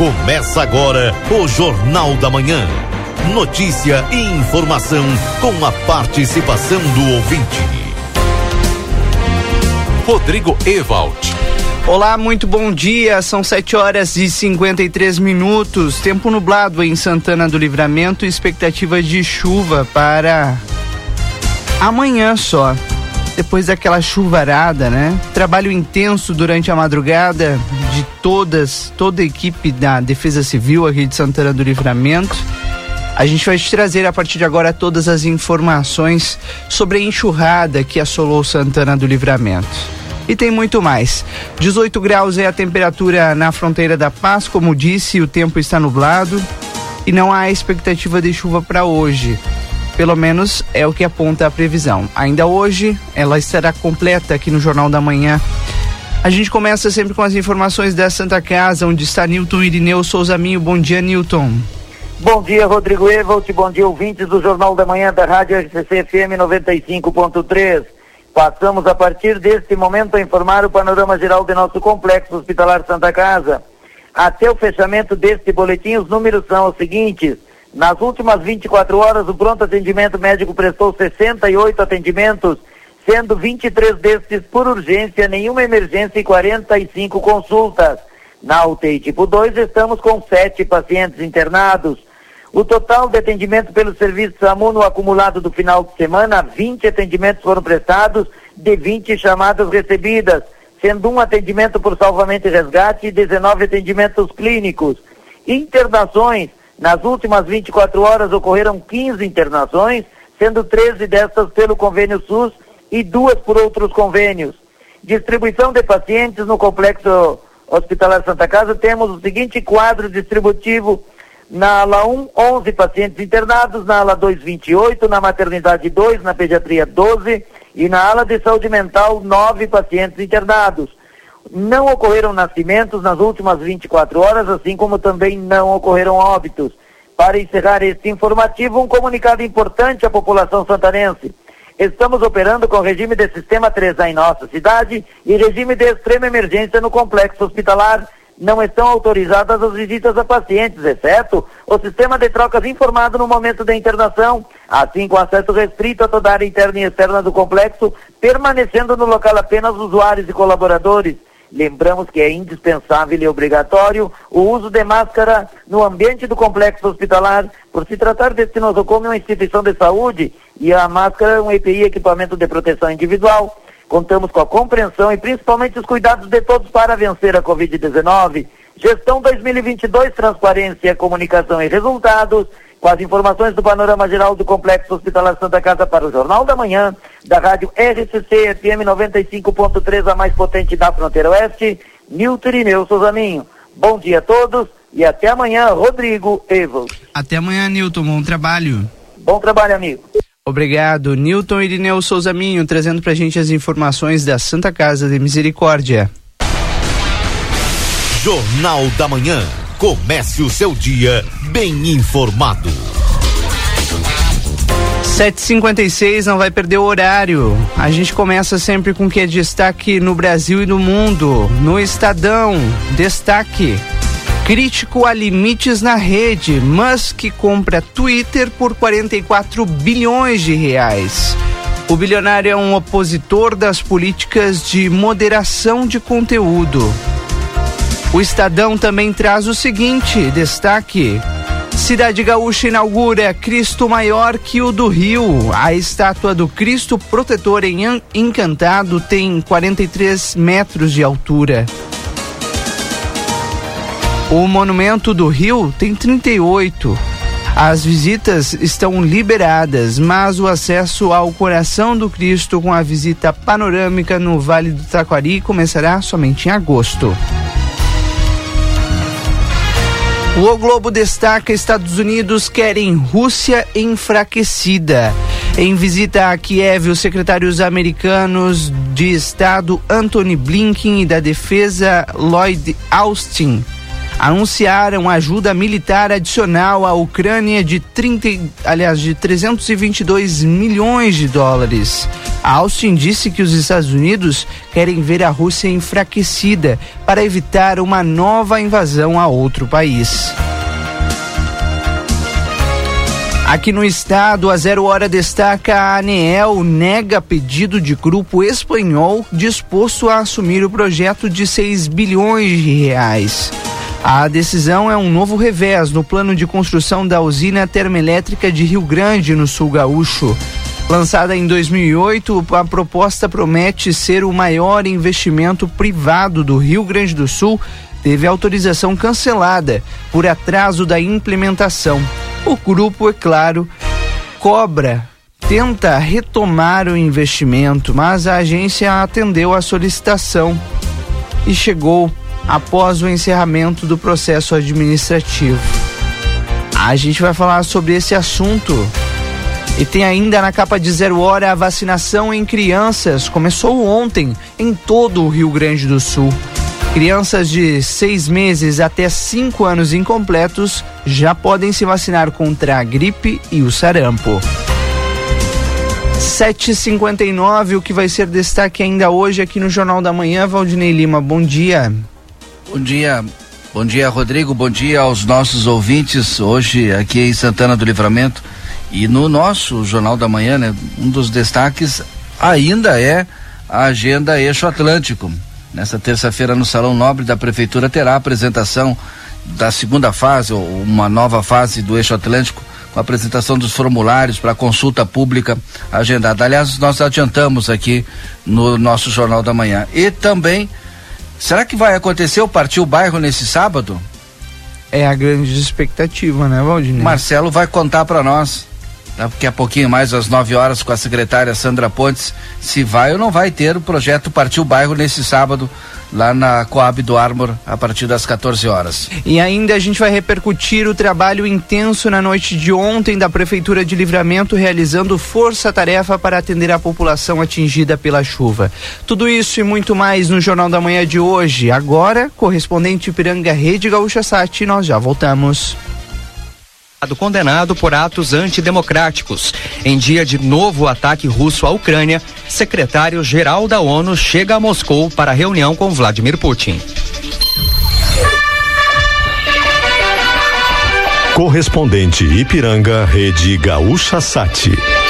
Começa agora o Jornal da Manhã. Notícia e informação com a participação do ouvinte. Rodrigo Ewald. Olá, muito bom dia, são 7h53, tempo nublado em Santana do Livramento, expectativa de chuva para amanhã só, depois daquela chuvarada, né? Trabalho intenso durante a madrugada de toda a equipe da Defesa Civil aqui de Santana do Livramento. A gente vai te trazer a partir de agora todas as informações sobre a enxurrada que assolou Santana do Livramento. E tem muito mais. 18 graus é a temperatura na fronteira da Paz, como disse, o tempo está nublado e não há expectativa de chuva para hoje. Pelo menos é o que aponta a previsão. Ainda hoje, ela estará completa aqui no Jornal da Manhã. A gente começa sempre com as informações da Santa Casa, onde está Nilton Irineu Souza Minho. Bom dia, Nilton. Bom dia, Rodrigo Ewald. Bom dia, ouvintes do Jornal da Manhã da Rádio RCC FM 95.3. Passamos a partir deste momento a informar o panorama geral de nosso complexo hospitalar Santa Casa. Até o fechamento deste boletim, os números são os seguintes. Nas últimas 24 horas, o pronto atendimento médico prestou 68 atendimentos, sendo 23 destes por urgência, nenhuma emergência e 45 consultas. Na UTI tipo 2, estamos com 7 pacientes internados. O total de atendimento pelo serviço SAMU no acumulado do final de semana, 20 atendimentos foram prestados, de 20 chamadas recebidas, sendo um atendimento por salvamento e resgate e 19 atendimentos clínicos. Internações, nas últimas 24 horas ocorreram 15 internações, sendo 13 destas pelo convênio SUS e 2 por outros convênios. Distribuição de pacientes no complexo hospitalar Santa Casa, temos o seguinte quadro distributivo. Na ala 1, 11 pacientes internados, na ala 2, 28, na maternidade 2, na pediatria 12 e na ala de saúde mental 9 pacientes internados. Não ocorreram nascimentos nas últimas 24 horas, assim como também não ocorreram óbitos. Para encerrar este informativo, um comunicado importante à população santanense. Estamos operando com regime de sistema 3A em nossa cidade e regime de extrema emergência no complexo hospitalar. Não estão autorizadas as visitas a pacientes, exceto o sistema de trocas informado no momento da internação, assim com acesso restrito a toda a área interna e externa do complexo, permanecendo no local apenas usuários e colaboradores. Lembramos que é indispensável e obrigatório o uso de máscara no ambiente do complexo hospitalar, por se tratar deste nosocomio uma instituição de saúde e a máscara um EPI, equipamento de proteção individual. Contamos com a compreensão e principalmente os cuidados de todos para vencer a Covid-19. Gestão 2022, transparência, comunicação e resultados. Com as informações do panorama geral do Complexo Hospitalar Santa Casa para o Jornal da Manhã, da rádio RCC FM 95.3, a mais potente da fronteira oeste, Nilton Irineu Souza Minho. Bom dia a todos e até amanhã, Rodrigo Ewald. Até amanhã, Nilton. Bom trabalho. Bom trabalho, amigo. Obrigado, Nilton Irineu Souza Minho, trazendo pra gente as informações da Santa Casa de Misericórdia. Jornal da Manhã. Comece o seu dia bem informado. 7h56, não vai perder o horário. A gente começa sempre com o que é destaque no Brasil e no mundo. No Estadão, destaque. Crítico a limites na rede. Musk compra Twitter por 44 bilhões de reais. O bilionário é um opositor das políticas de moderação de conteúdo. O Estadão também traz o seguinte destaque. Cidade Gaúcha inaugura Cristo maior que o do Rio. A estátua do Cristo Protetor em Encantado tem 43 metros de altura. O Monumento do Rio tem 38. As visitas estão liberadas, mas o acesso ao Coração do Cristo com a visita panorâmica no Vale do Taquari começará somente em agosto. O Globo destaca: Estados Unidos querem Rússia enfraquecida. Em visita a Kiev, os secretários americanos de Estado Antony Blinken e da Defesa Lloyd Austin anunciaram ajuda militar adicional à Ucrânia de 322 milhões de dólares. A Austin disse que os Estados Unidos querem ver a Rússia enfraquecida para evitar uma nova invasão a outro país. Aqui no estado, a 0 Hora destaca: a ANEEL nega pedido de grupo espanhol disposto a assumir o projeto de 6 bilhões de reais. A decisão é um novo revés no plano de construção da usina termoelétrica de Rio Grande, no sul gaúcho. Lançada em 2008, a proposta promete ser o maior investimento privado do Rio Grande do Sul. Teve autorização cancelada por atraso da implementação. O grupo, é claro, tenta retomar o investimento, mas a agência atendeu a solicitação e chegou após o encerramento do processo administrativo. A gente vai falar sobre esse assunto. E tem ainda na capa de 0 Hora: a vacinação em crianças começou ontem em todo o Rio Grande do Sul. Crianças de 6 meses até 5 anos incompletos já podem se vacinar contra a gripe e o sarampo. 7h59, o que vai ser destaque ainda hoje aqui no Jornal da Manhã. Valdinei Lima, bom dia. Bom dia, Rodrigo, bom dia aos nossos ouvintes hoje aqui em Santana do Livramento. E no nosso Jornal da Manhã, né, um dos destaques ainda é a agenda Eixo Atlântico. Nessa terça-feira, no Salão Nobre da Prefeitura, terá a apresentação da segunda fase, ou uma nova fase do Eixo Atlântico, com a apresentação dos formulários para consulta pública agendada. Aliás, nós adiantamos aqui no nosso Jornal da Manhã. E também, será que vai acontecer o Partiu Bairro nesse sábado? É a grande expectativa, né, Valdinei? Marcelo vai contar para nós, daqui a pouquinho mais às 9 horas, com a secretária Sandra Pontes, se vai ou não vai ter o projeto Partiu Bairro nesse sábado, lá na Coab do Armor, a partir das 14 horas. E ainda a gente vai repercutir o trabalho intenso na noite de ontem da Prefeitura de Livramento, realizando força-tarefa para atender a população atingida pela chuva. Tudo isso e muito mais no Jornal da Manhã de hoje. Agora, correspondente Ipiranga, Rede Gaúcha Sat, nós já voltamos. Condenado por atos antidemocráticos. Em dia de novo ataque russo à Ucrânia, secretário-geral da ONU chega a Moscou para reunião com Vladimir Putin. Correspondente Ipiranga, Rede Gaúcha Sat.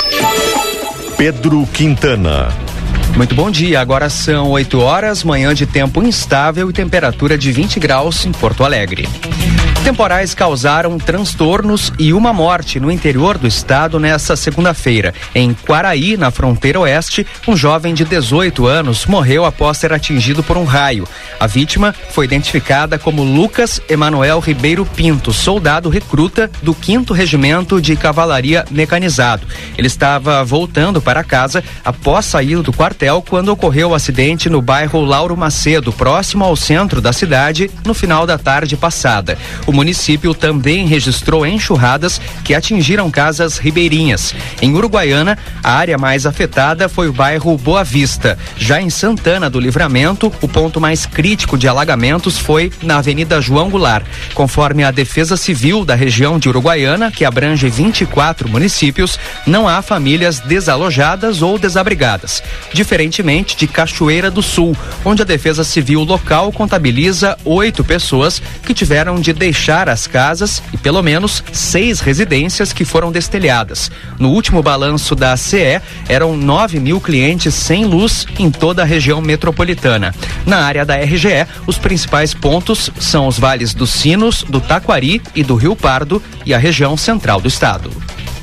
Pedro Quintana. Muito bom dia, agora são 8 horas, manhã de tempo instável e temperatura de 20 graus em Porto Alegre. Temporais causaram transtornos e uma morte no interior do estado nesta segunda-feira. Em Quaraí, na fronteira oeste, um jovem de 18 anos morreu após ser atingido por um raio. A vítima foi identificada como Lucas Emanuel Ribeiro Pinto, soldado recruta do 5º Regimento de Cavalaria Mecanizado. Ele estava voltando para casa após sair do quartel quando ocorreu o acidente no bairro Lauro Macedo, próximo ao centro da cidade, no final da tarde passada. O município também registrou enxurradas que atingiram casas ribeirinhas. Em Uruguaiana, a área mais afetada foi o bairro Boa Vista. Já em Santana do Livramento, o ponto mais crítico de alagamentos foi na Avenida João Goulart. Conforme a Defesa Civil da região de Uruguaiana, que abrange 24 municípios, não há famílias desalojadas ou desabrigadas. Diferentemente de Cachoeira do Sul, onde a Defesa Civil local contabiliza 8 pessoas que tiveram de deixar as casas e pelo menos 6 residências que foram destelhadas. No último balanço da CE, eram 9.000 clientes sem luz em toda a região metropolitana. Na área da RGE, os principais pontos são os vales dos Sinos, do Taquari e do Rio Pardo e a região central do estado.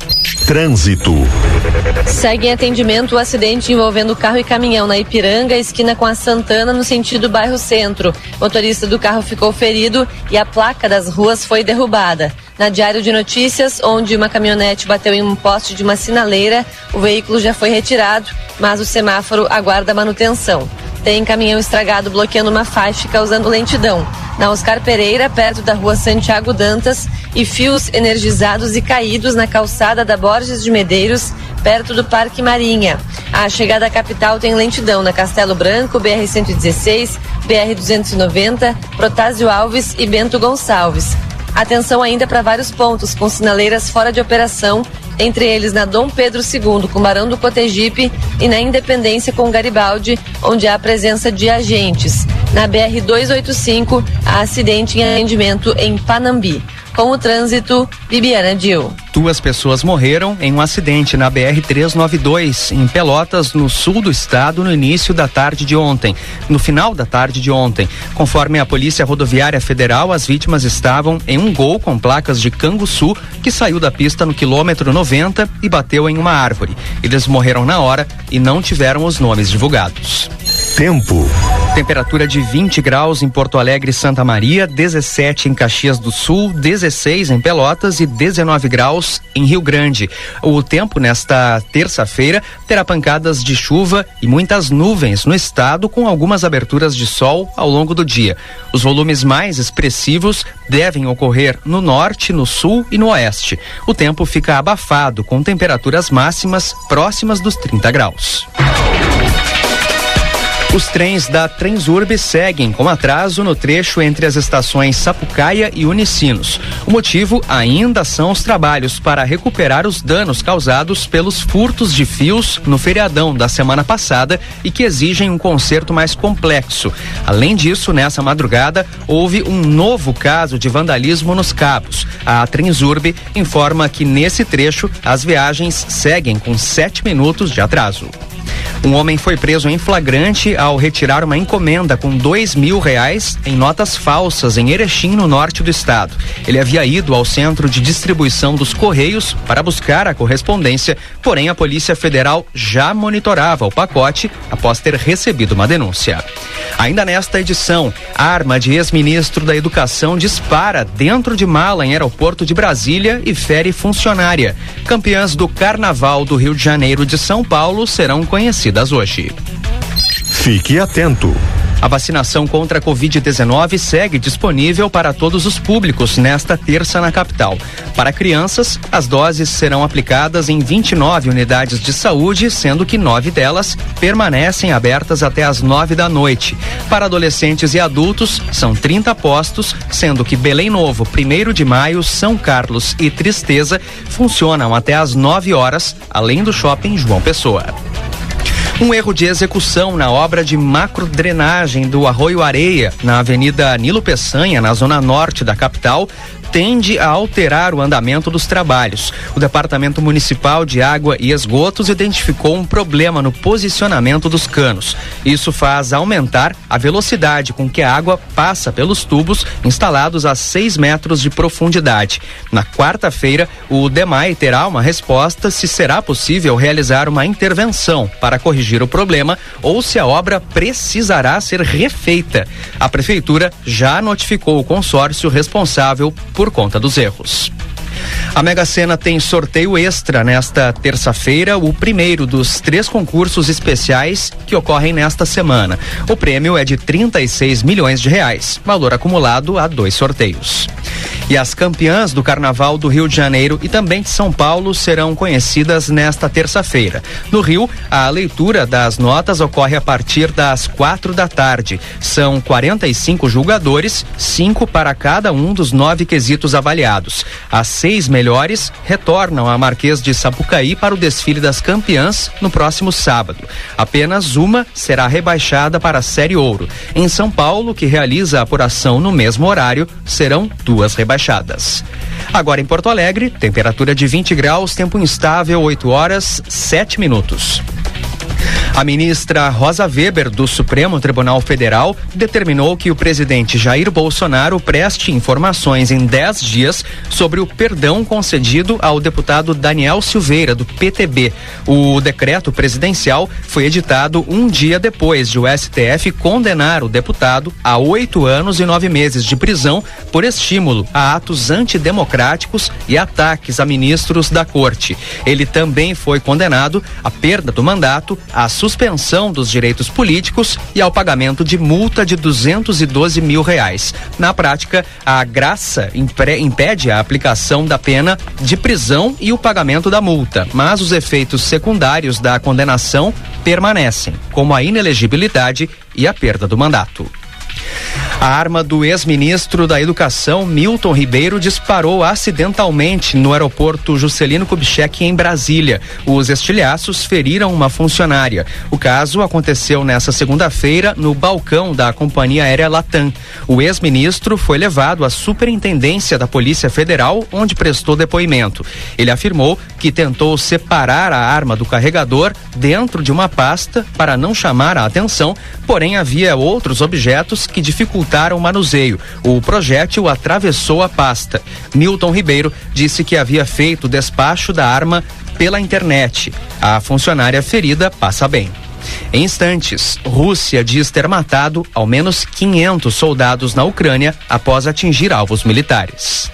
Trânsito. Segue em atendimento o acidente envolvendo carro e caminhão na Ipiranga, esquina com a Santana, no sentido bairro Centro. O motorista do carro ficou ferido e a placa das ruas foi derrubada. Na Diário de Notícias, onde uma caminhonete bateu em um poste de uma sinaleira, o veículo já foi retirado, mas o semáforo aguarda manutenção. Tem caminhão estragado bloqueando uma faixa e causando lentidão. Na Oscar Pereira, perto da rua Santiago Dantas, e fios energizados e caídos na calçada da Borges de Medeiros, perto do Parque Marinha. A chegada à capital tem lentidão na Castelo Branco, BR-116, BR-290, Protásio Alves e Bento Gonçalves. Atenção ainda para vários pontos com sinaleiras fora de operação, entre eles na Dom Pedro II com Barão do Cotegipe e na Independência com Garibaldi, onde há a presença de agentes. Na BR-285, há acidente em atendimento em Panambi. Com o trânsito, Bibiana Dil. 2 pessoas morreram em um acidente na BR-392, em Pelotas, no sul do estado, no início da tarde de ontem. No final da tarde de ontem. Conforme a Polícia Rodoviária Federal, as vítimas estavam em um Gol com placas de Canguçu, que saiu da pista no quilômetro 90 e bateu em uma árvore. Eles morreram na hora e não tiveram os nomes divulgados. Tempo. Temperatura de 20 graus em Porto Alegre e Santa Maria, 17 em Caxias do Sul, 16 em Pelotas e 19 graus em Rio Grande. O tempo nesta terça-feira terá pancadas de chuva e muitas nuvens no estado, com algumas aberturas de sol ao longo do dia. Os volumes mais expressivos devem ocorrer no norte, no sul e no oeste. O tempo fica abafado, com temperaturas máximas próximas dos 30 graus. Os trens da Transurb seguem com atraso no trecho entre as estações Sapucaia e Unicinos. O motivo ainda são os trabalhos para recuperar os danos causados pelos furtos de fios no feriadão da semana passada e que exigem um conserto mais complexo. Além disso, nessa madrugada, houve um novo caso de vandalismo nos cabos. A Transurb informa que nesse trecho as viagens seguem com 7 minutos de atraso. Um homem foi preso em flagrante ao retirar uma encomenda com R$2.000 em notas falsas em Erechim, no norte do estado. Ele havia ido ao centro de distribuição dos Correios para buscar a correspondência, porém a Polícia Federal já monitorava o pacote após ter recebido uma denúncia. Ainda nesta edição, a arma de ex-ministro da Educação dispara dentro de mala em aeroporto de Brasília e fere funcionária. Campeãs do Carnaval do Rio de Janeiro de São Paulo serão conhecidas hoje. Fique atento. A vacinação contra a Covid-19 segue disponível para todos os públicos nesta terça na capital. Para crianças, as doses serão aplicadas em 29 unidades de saúde, sendo que 9 delas permanecem abertas até às 9 da noite. Para adolescentes e adultos, são 30 postos, sendo que Belém Novo, 1º de Maio, São Carlos e Tristeza funcionam até às 9 horas, além do shopping João Pessoa. Um erro de execução na obra de macrodrenagem do Arroio Areia, na Avenida Nilo Peçanha, na zona norte da capital, tende a alterar o andamento dos trabalhos. O Departamento Municipal de Água e Esgotos identificou um problema no posicionamento dos canos. Isso faz aumentar a velocidade com que a água passa pelos tubos instalados a 6 metros de profundidade. Na quarta-feira, o DEMAI terá uma resposta se será possível realizar uma intervenção para corrigir o problema ou se a obra precisará ser refeita. A Prefeitura já notificou o consórcio responsável por conta dos erros. A Mega Sena tem sorteio extra nesta terça-feira, o primeiro dos 3 concursos especiais que ocorrem nesta semana. O prêmio é de R$36 milhões, valor acumulado a 2 sorteios. E as campeãs do Carnaval do Rio de Janeiro e também de São Paulo serão conhecidas nesta terça-feira. No Rio, a leitura das notas ocorre a partir das 4 da tarde. São 45 julgadores, 5 para cada um dos 9 quesitos avaliados. As 6 melhores retornam a Marquês de Sapucaí para o desfile das campeãs no próximo sábado. Apenas uma será rebaixada para a Série Ouro. Em São Paulo, que realiza a apuração no mesmo horário, serão 2 rebaixadas. Agora em Porto Alegre, temperatura de 20 graus, tempo instável, 8 horas, 7 minutos. A ministra Rosa Weber, do Supremo Tribunal Federal, determinou que o presidente Jair Bolsonaro preste informações em 10 dias sobre o perdão concedido ao deputado Daniel Silveira, do PTB. O decreto presidencial foi editado um dia depois de o STF condenar o deputado a 8 anos e 9 meses de prisão por estímulo a atos antidemocráticos e ataques a ministros da corte. Ele também foi condenado à perda do mandato, à suspensão dos direitos políticos e ao pagamento de multa de R$212 mil. Na prática, a graça impede a aplicação da pena de prisão e o pagamento da multa, mas os efeitos secundários da condenação permanecem, como a inelegibilidade e a perda do mandato. A arma do ex-ministro da Educação, Milton Ribeiro, disparou acidentalmente no aeroporto Juscelino Kubitschek, em Brasília. Os estilhaços feriram uma funcionária. O caso aconteceu nesta segunda-feira no balcão da companhia aérea Latam. O ex-ministro foi levado à Superintendência da Polícia Federal, onde prestou depoimento. Ele afirmou que tentou separar a arma do carregador dentro de uma pasta para não chamar a atenção, porém havia outros objetos que dificultaram o manuseio. O projétil atravessou a pasta. Milton Ribeiro disse que havia feito o despacho da arma pela internet. A funcionária ferida passa bem. Em instantes, Rússia diz ter matado ao menos 500 soldados na Ucrânia após atingir alvos militares.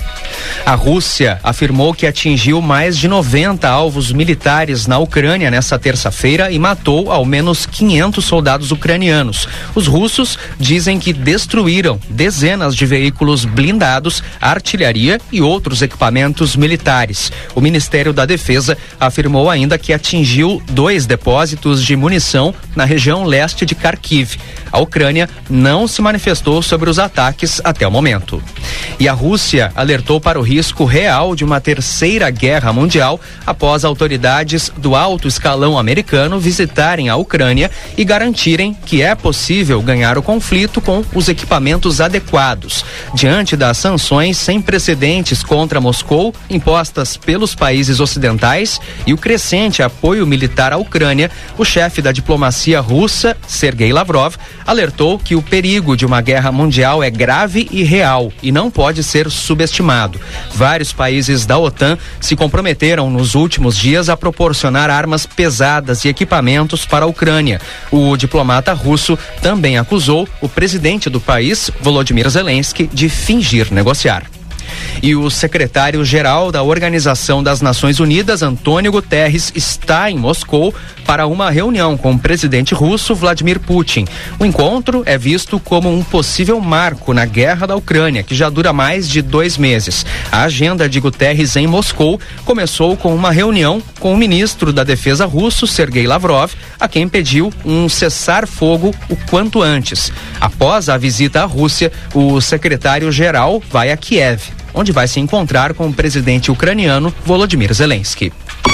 A Rússia afirmou que atingiu mais de 90 alvos militares na Ucrânia nesta terça-feira e matou ao menos 500 soldados ucranianos. Os russos dizem que destruíram dezenas de veículos blindados, artilharia e outros equipamentos militares. O Ministério da Defesa afirmou ainda que atingiu 2 depósitos de munição na região leste de Kharkiv. A Ucrânia não se manifestou sobre os ataques até o momento. E a Rússia alertou para o risco real de uma terceira guerra mundial após autoridades do alto escalão americano visitarem a Ucrânia e garantirem que é possível ganhar o conflito com os equipamentos adequados. Diante das sanções sem precedentes contra Moscou, impostas pelos países ocidentais, e o crescente apoio militar à Ucrânia, o chefe da diplomacia russa, Sergei Lavrov, alertou que o perigo de uma guerra mundial é grave e real e não pode ser subestimado. Vários países da OTAN se comprometeram nos últimos dias a proporcionar armas pesadas e equipamentos para a Ucrânia. O diplomata russo também acusou o presidente do país, Volodymyr Zelensky, de fingir negociar. E o secretário-geral da Organização das Nações Unidas, Antônio Guterres, está em Moscou para uma reunião com o presidente russo, Vladimir Putin. O encontro é visto como um possível marco na guerra da Ucrânia, que já dura mais de 2 meses. A agenda de Guterres em Moscou começou com uma reunião com o ministro da Defesa russo, Sergei Lavrov, a quem pediu um cessar-fogo o quanto antes. Após a visita à Rússia, o secretário-geral vai a Kiev, onde vai se encontrar com o presidente ucraniano Volodymyr Zelensky.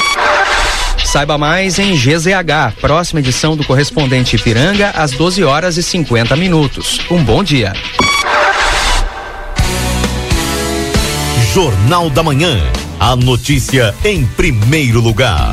Saiba mais em GZH, próxima edição do Correspondente Ipiranga, às 12h50. Um bom dia. Jornal da Manhã. A notícia em primeiro lugar.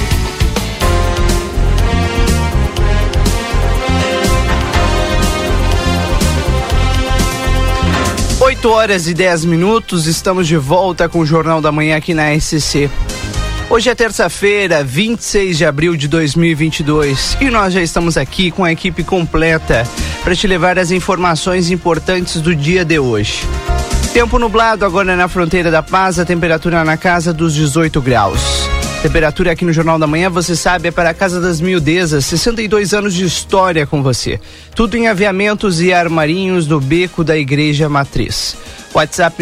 Oito horas e 10 minutos, estamos de volta com o Jornal da Manhã aqui na SCC. Hoje é terça-feira, 26 de abril de 2022 e nós já estamos aqui com a equipe completa para te levar as informações importantes do dia de hoje. Tempo nublado agora na fronteira da Paz, a temperatura na casa dos 18 graus. Temperatura aqui no Jornal da Manhã, você sabe, é para a Casa das Miudezas, 62 anos de história com você. Tudo em aviamentos e armarinhos do Beco da Igreja Matriz. WhatsApp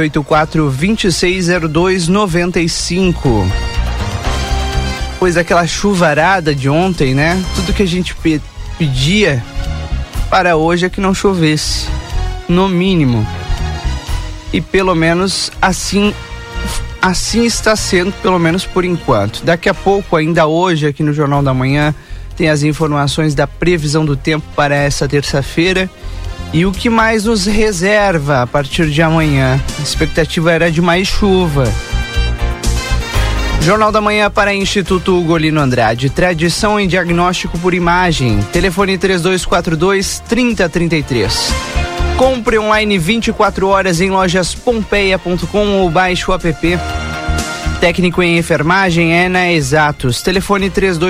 984-260295. Pois aquela chuvarada de ontem, né? Tudo que a gente pedia para hoje é que não chovesse, no mínimo. E pelo menos assim está sendo, pelo menos por enquanto. Daqui a pouco, ainda hoje, aqui no Jornal da Manhã, tem as informações da previsão do tempo para essa terça-feira e o que mais nos reserva a partir de amanhã. A expectativa era de mais chuva. Jornal da Manhã para Instituto Ugolino Andrade. Tradição em diagnóstico por imagem. Telefone 3242-3033. Compre online 24 horas em lojaspompeia.com ou baixe o app. Técnico em enfermagem é na Exatos. Telefone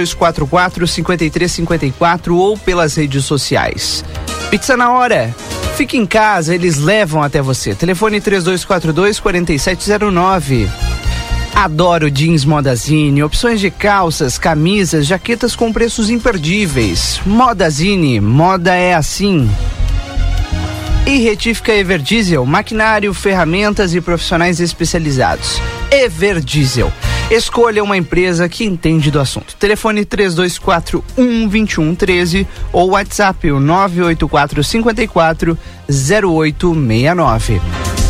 3244-5354 ou pelas redes sociais. Pizza na hora. Fique em casa, eles levam até você. Telefone 3242-4709. Adoro Jeans Modazine, opções de calças, camisas, jaquetas com preços imperdíveis. Modazine, moda é assim. E Retífica Everdiesel, maquinário, ferramentas e profissionais especializados. Everdiesel. Escolha uma empresa que entende do assunto. Telefone 3241-2113 ou WhatsApp 984-54-0869.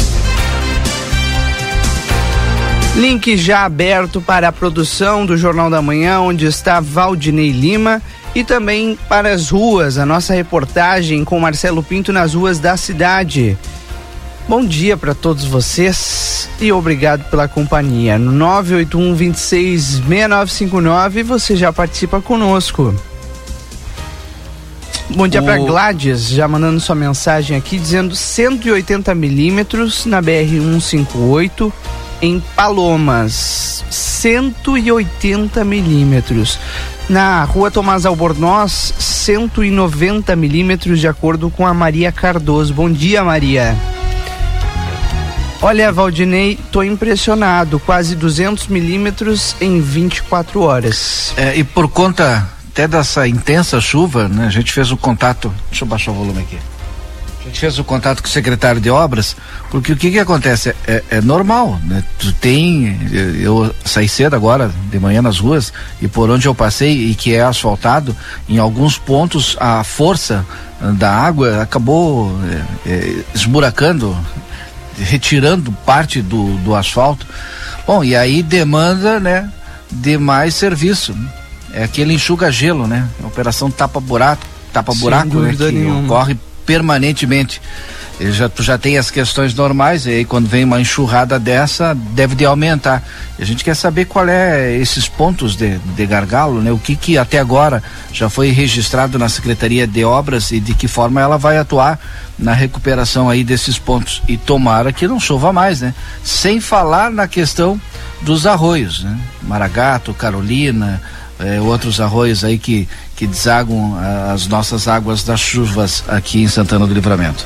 Link já aberto para a produção do Jornal da Manhã, onde está Valdinei Lima, e também para as ruas, a nossa reportagem com Marcelo Pinto nas ruas da cidade. Bom dia para todos vocês e obrigado pela companhia. No 981-26-6959 você já participa conosco. Bom dia para Gladys, já mandando sua mensagem aqui, dizendo 180 milímetros na BR-158 em Palomas. 180 milímetros. Na rua Tomás Albornoz, 190 milímetros, de acordo com a Maria Cardoso. Bom dia, Maria. Olha, Valdinei, tô impressionado, quase 200 milímetros em 24 horas. E por conta até dessa intensa chuva, né, a gente fez o contato, deixa eu baixar o volume aqui. A gente fez o contato com o secretário de obras, porque o que acontece? É normal, né? Eu saí cedo agora, de manhã nas ruas, e por onde eu passei, e que é asfaltado, em alguns pontos a força da água acabou esburacando, retirando parte do asfalto. Bom, e aí demanda, né, de mais serviço. É aquele enxuga-gelo, né? A operação tapa-buraco, né, que ocorre permanentemente. Tu já tem as questões normais, e aí quando vem uma enxurrada dessa, deve de aumentar. E a gente quer saber qual é esses pontos de gargalo, né? O que até agora já foi registrado na Secretaria de Obras e de que forma ela vai atuar na recuperação aí desses pontos. E tomara que não chova mais, né? Sem falar na questão dos arroios, né? Maragato, Carolina, outros arroios aí que desaguam as nossas águas das chuvas aqui em Santana do Livramento.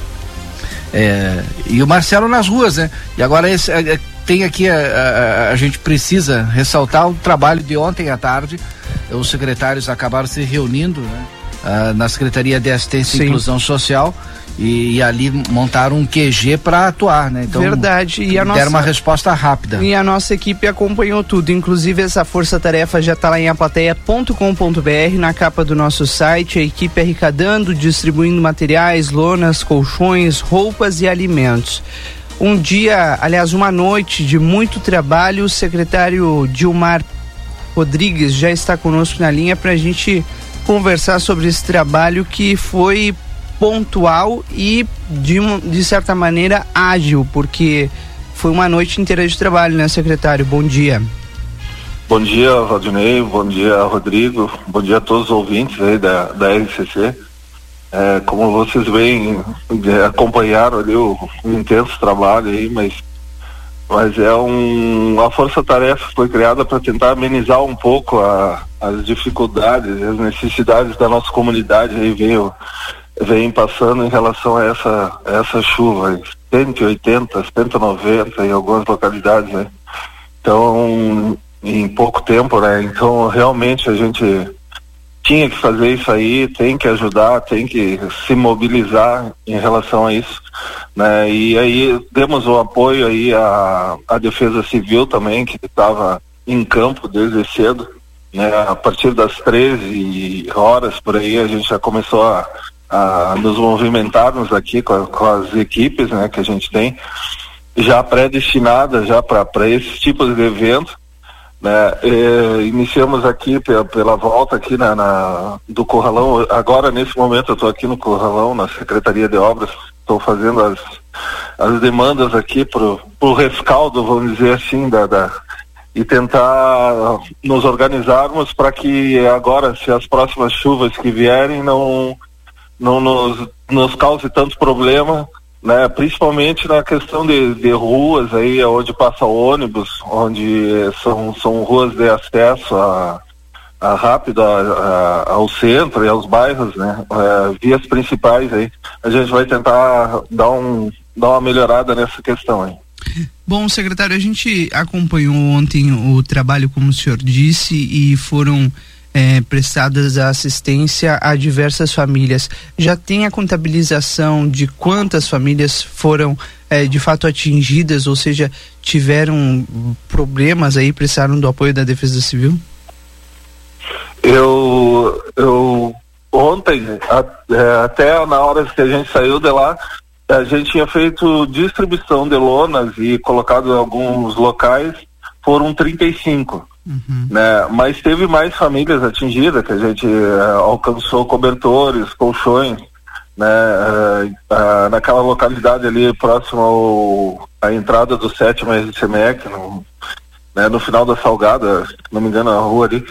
E o Marcelo nas ruas, né? E agora tem aqui, a gente precisa ressaltar o trabalho de ontem à tarde. Os secretários acabaram se reunindo, né, na Secretaria de Assistência e Inclusão Social, e ali montaram um QG para atuar, né? Então, verdade. E deram uma resposta rápida. E a nossa equipe acompanhou tudo, inclusive essa força-tarefa já está lá em aplateia.com.br, na capa do nosso site, a equipe arrecadando, distribuindo materiais, lonas, colchões, roupas e alimentos. Um dia, aliás, uma noite de muito trabalho. O secretário Dilmar Rodrigues já está conosco na linha para a gente conversar sobre esse trabalho que foi pontual e de certa maneira ágil, porque foi uma noite inteira de trabalho, né, secretário? Bom dia. Bom dia, Valdinei, bom dia, Rodrigo, bom dia a todos os ouvintes aí da RCC. Como vocês bem acompanharam ali o intenso trabalho aí, mas a força-tarefa foi criada para tentar amenizar um pouco as dificuldades, as necessidades da nossa comunidade aí vem passando em relação a essa chuva, 180, 190 em algumas localidades, né? Então, em pouco tempo, né? Então, realmente a gente tinha que fazer isso aí, tem que ajudar, tem que se mobilizar em relação a isso, né? E aí demos o apoio aí à Defesa Civil também, que estava em campo desde cedo, né? A partir das 13 horas por aí a gente já começou a nos movimentarmos aqui com as equipes, né, que a gente tem já pré-destinadas já para esses tipos de eventos, né? Iniciamos aqui pela volta aqui do Corralão. Agora nesse momento eu estou aqui no Corralão, na Secretaria de Obras, estou fazendo as demandas aqui pro rescaldo, vamos dizer assim, e tentar nos organizarmos para que agora, se as próximas chuvas que vierem não nos cause tanto problema, né? Principalmente na questão de ruas aí onde passa o ônibus, onde são ruas de acesso rápido ao centro e aos bairros, né? Vias principais aí. A gente vai tentar dar uma melhorada nessa questão aí. Bom, secretário, a gente acompanhou ontem o trabalho, como o senhor disse, e foram prestadas a assistência a diversas famílias. Já tem a contabilização de quantas famílias foram de fato atingidas, ou seja, tiveram problemas aí, precisaram do apoio da Defesa Civil? Eu ontem, até na hora que a gente saiu de lá, a gente tinha feito distribuição de lonas e colocado em alguns locais, foram 35. Né? Mas teve mais famílias atingidas, que a gente alcançou cobertores, colchões, né? Naquela localidade ali próximo à entrada do 7º RCMEC, no final da Salgada, se não me engano, a rua ali,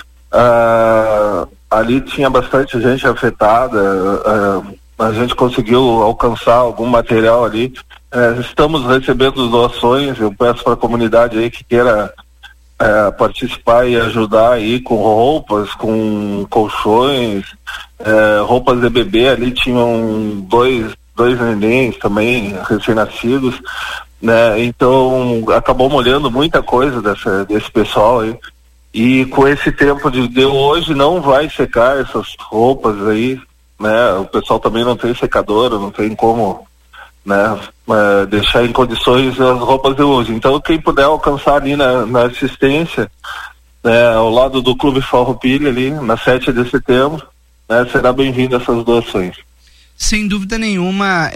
ali tinha bastante gente afetada. A gente conseguiu alcançar algum material ali. Estamos recebendo doações. Eu peço para a comunidade aí que queira participar e ajudar aí com roupas, com colchões, roupas de bebê. Ali tinham dois nenéns também, recém-nascidos, né? Então acabou molhando muita coisa desse pessoal aí. E com esse tempo de hoje não vai secar essas roupas aí, né? O pessoal também não tem secadora, não tem como, né, deixar em condições as roupas de uso. Então quem puder alcançar ali na assistência, ao lado do Clube Farroupilha ali, na 7 de setembro, né, será bem-vindo essas doações. Sem dúvida nenhuma,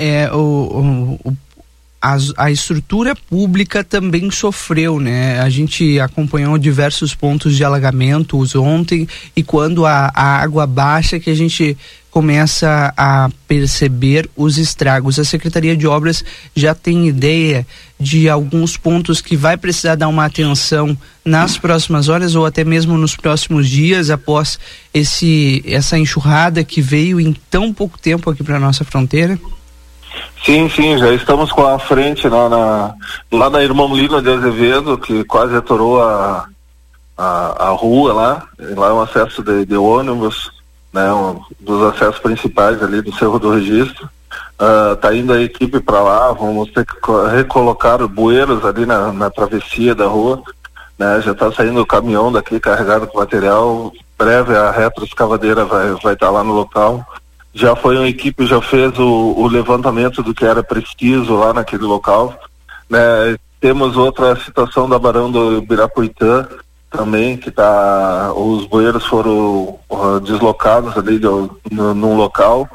a estrutura pública também sofreu, né? A gente acompanhou diversos pontos de alagamentos ontem, e quando a água baixa que a gente começa a perceber os estragos. A Secretaria de Obras já tem ideia de alguns pontos que vai precisar dar uma atenção nas próximas horas ou até mesmo nos próximos dias após essa enxurrada que veio em tão pouco tempo aqui para nossa fronteira? Sim, já estamos com a frente lá na Irmão Lino de Azevedo, que quase atorou a rua lá é um acesso de ônibus, né, um dos acessos principais ali do Cerro do Registro. Tá indo a equipe para lá, vamos ter que recolocar bueiros ali na travessia da rua, né? Já está saindo o caminhão daqui carregado com material. Breve a retroescavadeira vai estar lá no local. Já foi uma equipe, já fez o levantamento do que era preciso lá naquele local, né? Temos outra situação da Barão do Ibirapuitã também, que os bueiros foram deslocados ali num local.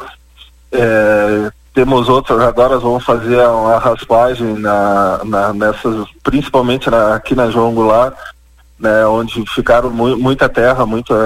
Temos outras, agora vamos fazer uma raspagem nessas, principalmente aqui na João Goulart, né, onde ficaram muita terra,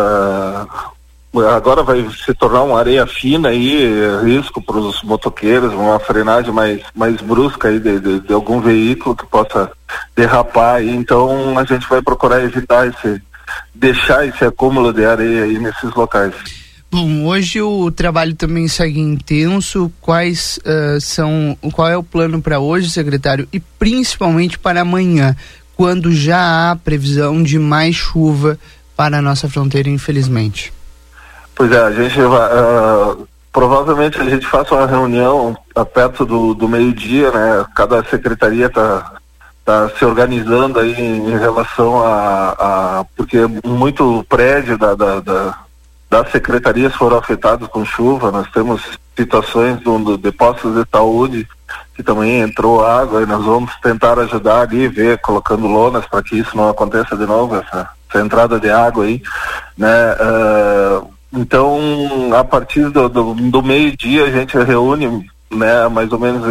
agora vai se tornar uma areia fina aí, risco para os motoqueiros, uma frenagem mais brusca aí de algum veículo que possa derrapar aí. Então a gente vai procurar evitar deixar esse acúmulo de areia aí nesses locais. Bom, hoje o trabalho também segue intenso. Qual é o plano para hoje, secretário, e principalmente para amanhã, quando já há previsão de mais chuva para a nossa fronteira, infelizmente? Pois a gente provavelmente a gente faça uma reunião perto do meio-dia, né? Cada secretaria tá se organizando aí em relação porque muito prédio das secretarias foram afetados com chuva. Nós temos situações de postos de saúde que também entrou água, e nós vamos tentar ajudar ali, colocando lonas para que isso não aconteça de novo, essa entrada de água aí, né? Então, a partir do meio-dia a gente reúne, né, mais ou menos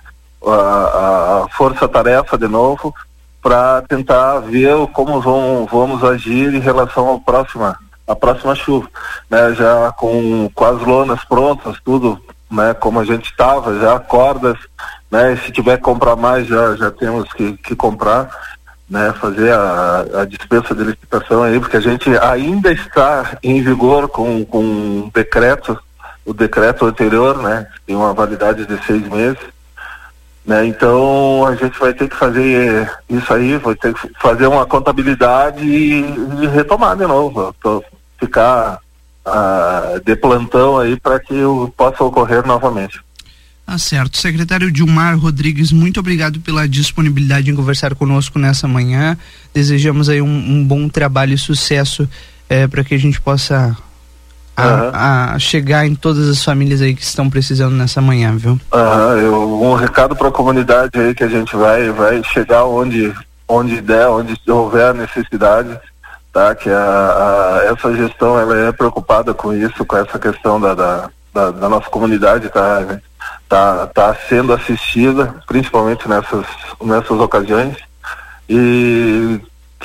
a força-tarefa de novo, para tentar ver como vamos agir em relação à próxima chuva, né, já com as lonas prontas, tudo, né, como a gente estava, já cordas, né, se tiver que comprar mais já temos que comprar, né, fazer a dispensa de licitação aí, porque a gente ainda está em vigor com o decreto anterior, né, tem uma validade de 6 meses, né, então a gente vai ter que fazer isso aí, vai ter que fazer uma contabilidade e retomar de novo, ficar de plantão aí para que possa ocorrer novamente. Tá certo. Secretário Dilmar Rodrigues, muito obrigado pela disponibilidade em conversar conosco nessa manhã. Desejamos aí um bom trabalho e sucesso para que a gente possa chegar em todas as famílias aí que estão precisando nessa manhã, viu? Um recado para a comunidade aí que a gente vai chegar onde der, onde houver necessidade, tá? Que essa gestão ela é preocupada com isso, com essa questão da nossa comunidade, tá sendo assistida, principalmente nessas ocasiões, e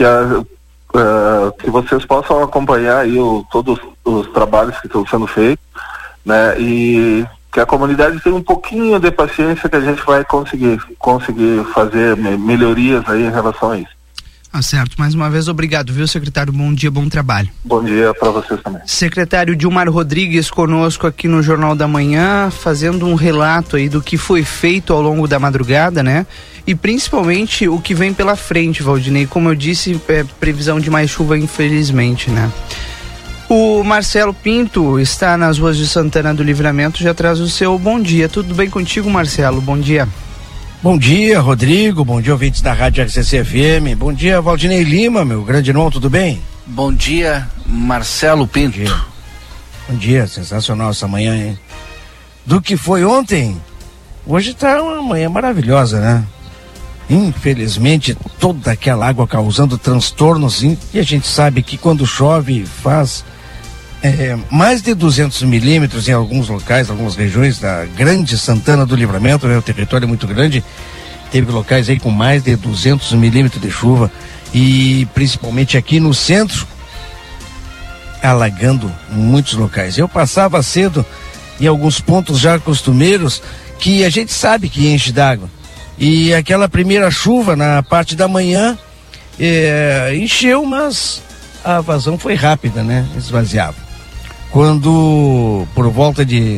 que vocês possam acompanhar aí todos os trabalhos que estão sendo feitos, né? E que a comunidade tenha um pouquinho de paciência, que a gente vai conseguir fazer melhorias aí em relação a isso. Certo. Mais uma vez, obrigado, viu, secretário? Bom dia, bom trabalho. Bom dia para vocês também. Secretário Dilmar Rodrigues conosco aqui no Jornal da Manhã, fazendo um relato aí do que foi feito ao longo da madrugada, né? E principalmente o que vem pela frente, Valdinei. Como eu disse, previsão de mais chuva, infelizmente, né? O Marcelo Pinto está nas ruas de Santana do Livramento, já traz o seu bom dia. Tudo bem contigo, Marcelo? Bom dia. Bom dia, Rodrigo. Bom dia, ouvintes da Rádio RCC FM. Bom dia, Valdinei Lima, meu grande irmão, tudo bem? Bom dia, Marcelo Pinto. Bom dia, sensacional essa manhã, hein? Do que foi ontem, hoje tá uma manhã maravilhosa, né? Infelizmente, toda aquela água causando transtornos, e a gente sabe que quando chove faz mais de 200 milímetros em alguns locais, algumas regiões da grande Santana do Livramento, né? O território é muito grande, teve locais aí com mais de 200 milímetros de chuva, e principalmente aqui no centro, alagando muitos locais. Eu passava cedo em alguns pontos já costumeiros que a gente sabe que enche d'água, e aquela primeira chuva na parte da manhã encheu, mas a vazão foi rápida, né? Esvaziava. Quando, por volta de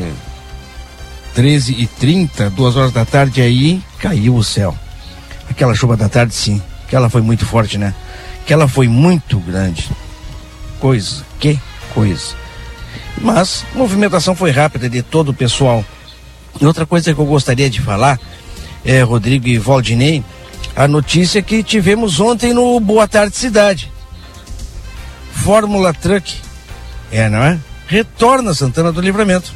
13h30, 2 da tarde, aí caiu o céu. Aquela chuva da tarde, sim, que ela foi muito forte, né? Que ela foi muito grande. Que coisa. Mas a movimentação foi rápida de todo o pessoal. E outra coisa que eu gostaria de falar, Rodrigo e Valdinei, a notícia que tivemos ontem no Boa Tarde Cidade. Fórmula Truck, não é? Retorna a Santana do Livramento.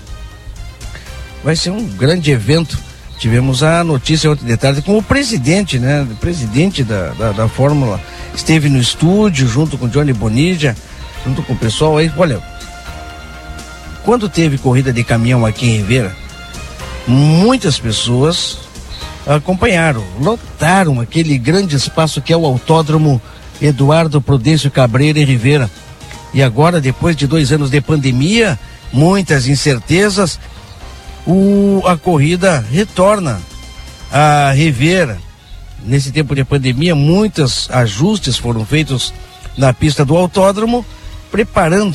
Vai ser um grande evento. Tivemos a notícia ontem de tarde com o presidente, né? O presidente da Fórmula esteve no estúdio junto com Johnny Bonilla, junto com o pessoal aí. Olha, quando teve corrida de caminhão aqui em Rivera, muitas pessoas acompanharam, lotaram aquele grande espaço que é o Autódromo Eduardo Prudêncio Cabreira em Rivera. E agora, depois de 2 anos de pandemia, muitas incertezas, a corrida retorna a Rivera. Nesse tempo de pandemia, muitos ajustes foram feitos na pista do autódromo, preparando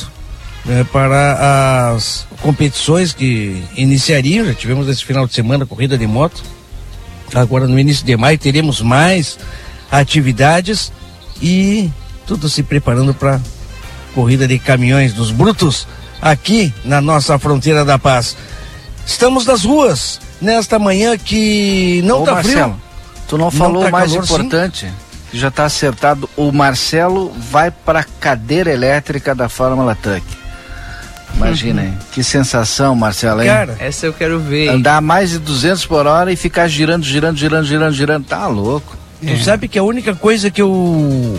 para as competições que iniciariam. Já tivemos esse final de semana corrida de moto. Agora, no início de maio, teremos mais atividades e tudo se preparando para corrida de caminhões dos brutos aqui na nossa fronteira da paz. Estamos nas ruas nesta manhã que não tá Marcelo, frio. Tu não falou tá o mais calor, importante, que já está acertado. O Marcelo vai para a cadeira elétrica da Fórmula Truck. Imagina, hein? Que sensação, Marcelo, hein? Cara, essa eu quero ver. Andar mais de 200 por hora e ficar girando. Tá louco. Tu sabe que a única coisa que eu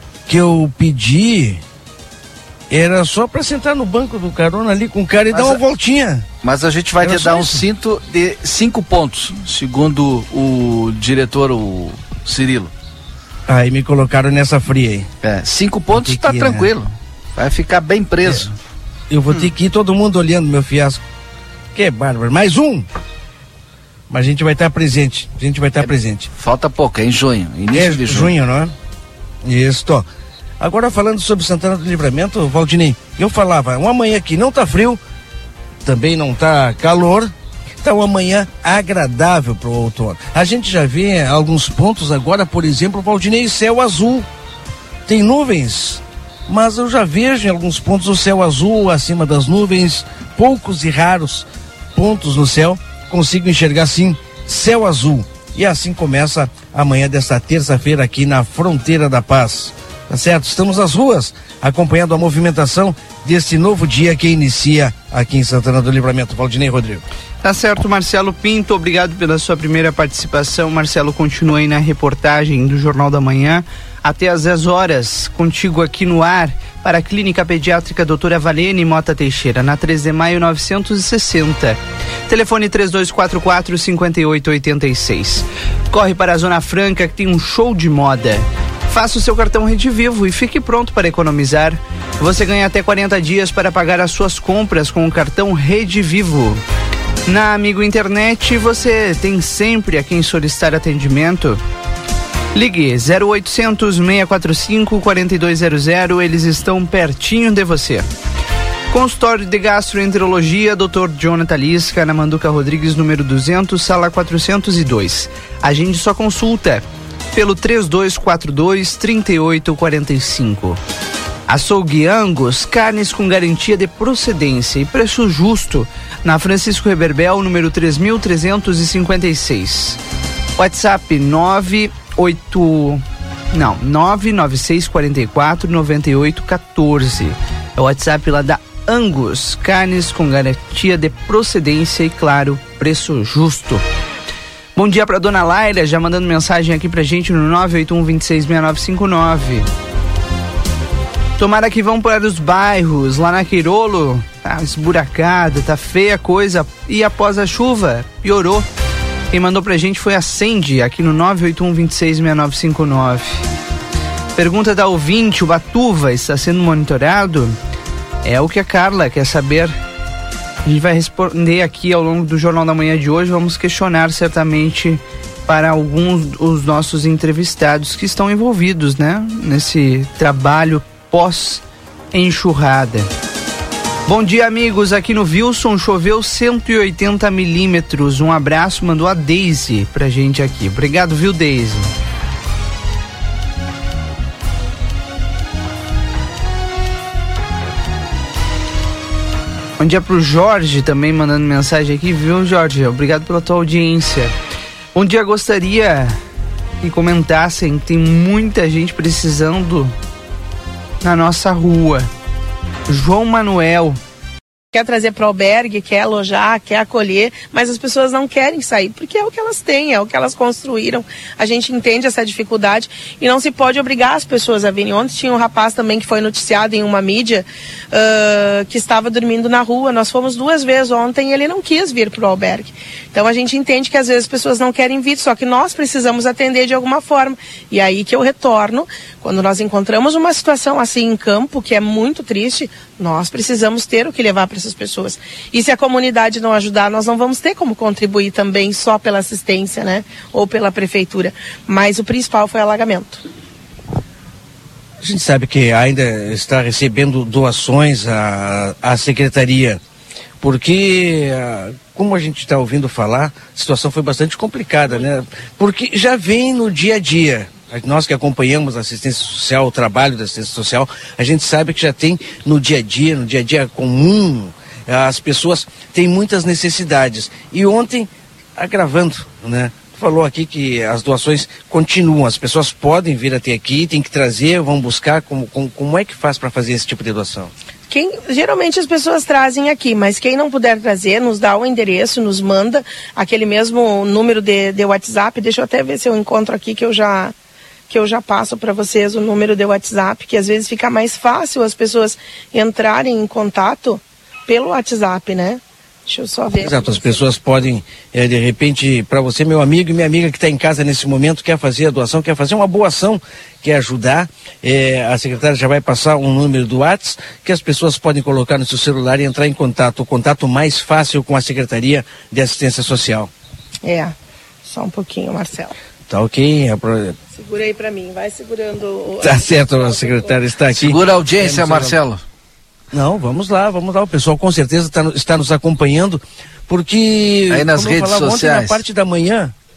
pedi era só pra sentar no banco do carona ali com o cara e dar uma voltinha. Mas a gente vai te dar um cinto de 5 pontos, segundo o diretor, o Cirilo. Aí me colocaram nessa fria aí. 5 pontos tá tranquilo. Né? Vai ficar bem preso. Eu vou ter que ir todo mundo olhando meu fiasco. Que bárbaro. Mais um! Mas a gente vai estar presente. Presente. Falta pouco, é em junho. Início de junho, não é? Isso. Agora, falando sobre Santana do Livramento, Valdinei, eu falava, uma manhã que não tá frio, também não tá calor, tá uma manhã agradável pro outono. A gente já vê alguns pontos agora, por exemplo, Valdinei, céu azul. Tem nuvens, mas eu já vejo em alguns pontos o céu azul acima das nuvens, poucos e raros pontos no céu consigo enxergar sim céu azul. E assim começa a manhã desta terça-feira aqui na Fronteira da Paz. Tá certo? Estamos nas ruas, acompanhando a movimentação deste novo dia que inicia aqui em Santana do Livramento. Valdinei Rodrigo. Tá certo, Marcelo Pinto, obrigado pela sua primeira participação. Marcelo, continua aí na reportagem do Jornal da Manhã. Até às 10 horas, contigo aqui no ar, para a Clínica Pediátrica Doutora Valene Mota Teixeira, na 3 de maio 960. Telefone 3244-5886. Corre para a Zona Franca, que tem um show de moda. Faça o seu cartão Rede Vivo e fique pronto para economizar. Você ganha até 40 dias para pagar as suas compras com o cartão Rede Vivo. Na Amigo Internet, você tem sempre a quem solicitar atendimento. Ligue 0800 645 4200, eles estão pertinho de você. Consultório de Gastroenterologia, Dr. Jonathan Lisca, na Manduca Rodrigues, número 200, sala 402. Agende sua consulta pelo 3242-3845. Açougue Angus, carnes com garantia de procedência e preço justo, na Francisco Reberbel, número 3356. WhatsApp 996449814. É o WhatsApp lá da Angus, carnes com garantia de procedência e, claro, preço justo. Bom dia para dona Laila, já mandando mensagem aqui pra gente no 981266959. Tomara que vão para os bairros, lá na Quirolo, tá esburacada, tá feia a coisa, e após a chuva, piorou. Quem mandou pra gente foi a Sandy, aqui no 981266959. Pergunta da ouvinte, o Batuva está sendo monitorado? É o que a Carla quer saber. A gente vai responder aqui ao longo do Jornal da Manhã de hoje. Vamos questionar certamente para alguns dos nossos entrevistados que estão envolvidos, né, nesse trabalho pós-enxurrada. Bom dia, amigos. Aqui no Wilson choveu 180 milímetros. Um abraço, mandou a Daisy pra gente aqui. Obrigado, viu, Daisy? Bom dia pro Jorge também mandando mensagem aqui, viu, Jorge? Obrigado pela tua audiência. Bom dia, gostaria que comentassem, tem muita gente precisando na nossa rua. João Manuel. Quer trazer para o albergue, quer alojar, quer acolher, mas as pessoas não querem sair, porque é o que elas têm, é o que elas construíram. A gente entende essa dificuldade e não se pode obrigar as pessoas a virem. Ontem tinha um rapaz também que foi noticiado em uma mídia que estava dormindo na rua. Nós fomos 2 vezes ontem e ele não quis vir para o albergue. Então a gente entende que às vezes as pessoas não querem vir, só que nós precisamos atender de alguma forma. E aí que eu retorno, quando nós encontramos uma situação assim em campo, que é muito triste, nós precisamos ter o que levar para essas pessoas. E se a comunidade não ajudar, nós não vamos ter como contribuir também só pela assistência, né? Ou pela prefeitura. Mas o principal foi o alagamento. A gente sabe que ainda está recebendo doações à secretaria, porque, como a gente está ouvindo falar, a situação foi bastante complicada, né? Porque já vem no dia a dia. Nós que acompanhamos a assistência social, o trabalho da assistência social, a gente sabe que já tem no dia a dia comum, as pessoas têm muitas necessidades. E ontem, agravando, né? Falou aqui que as doações continuam, as pessoas podem vir até aqui, tem que trazer, vão buscar, como é que faz para fazer esse tipo de doação? Geralmente as pessoas trazem aqui, mas quem não puder trazer, nos dá o endereço, nos manda aquele mesmo número de WhatsApp. Deixa eu até ver se eu encontro aqui que eu já passo para vocês o número de WhatsApp, que às vezes fica mais fácil as pessoas entrarem em contato pelo WhatsApp, né? Deixa eu só ver. Exato, as pessoas podem, de repente, para você, meu amigo e minha amiga que está em casa nesse momento, quer fazer a doação, quer fazer uma boa ação, quer ajudar, a secretária já vai passar um número do WhatsApp que as pessoas podem colocar no seu celular e entrar em contato, o contato mais fácil com a Secretaria de Assistência Social. Só um pouquinho, Marcelo. Tá ok? Segura aí para mim, vai segurando. Tá certo, a secretária está aqui. Segura a audiência, Marcelo. Não, vamos lá, o pessoal com certeza está nos acompanhando, porque aí nas redes sociais, ontem, na parte da manhã,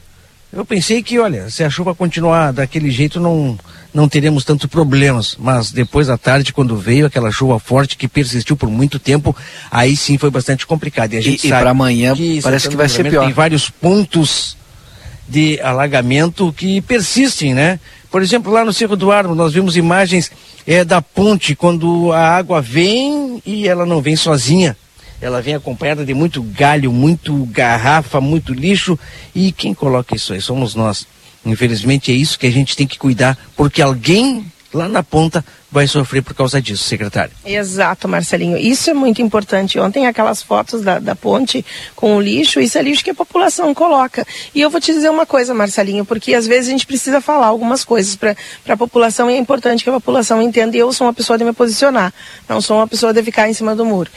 Eu pensei que, olha, se a chuva continuar daquele jeito, não teremos tantos problemas, mas depois da tarde, quando veio aquela chuva forte que persistiu por muito tempo, aí sim foi bastante complicado. E a gente sabe para amanhã parece que vai ser pior. Tem vários pontos de alagamento que persistem, né? Por exemplo, lá no Cerro do Armo, nós vimos imagens da ponte, quando a água vem e ela não vem sozinha. Ela vem acompanhada de muito galho, muito garrafa, muito lixo. E quem coloca isso aí? Somos nós. Infelizmente é isso que a gente tem que cuidar, porque alguém lá na ponta vai sofrer por causa disso, secretário. Exato, Marcelinho. Isso é muito importante. Ontem aquelas fotos da ponte com o lixo, isso é lixo que a população coloca. E eu vou te dizer uma coisa, Marcelinho, porque às vezes a gente precisa falar algumas coisas para a população e é importante que a população entenda. E eu sou uma pessoa de me posicionar, não sou uma pessoa de ficar em cima do muro.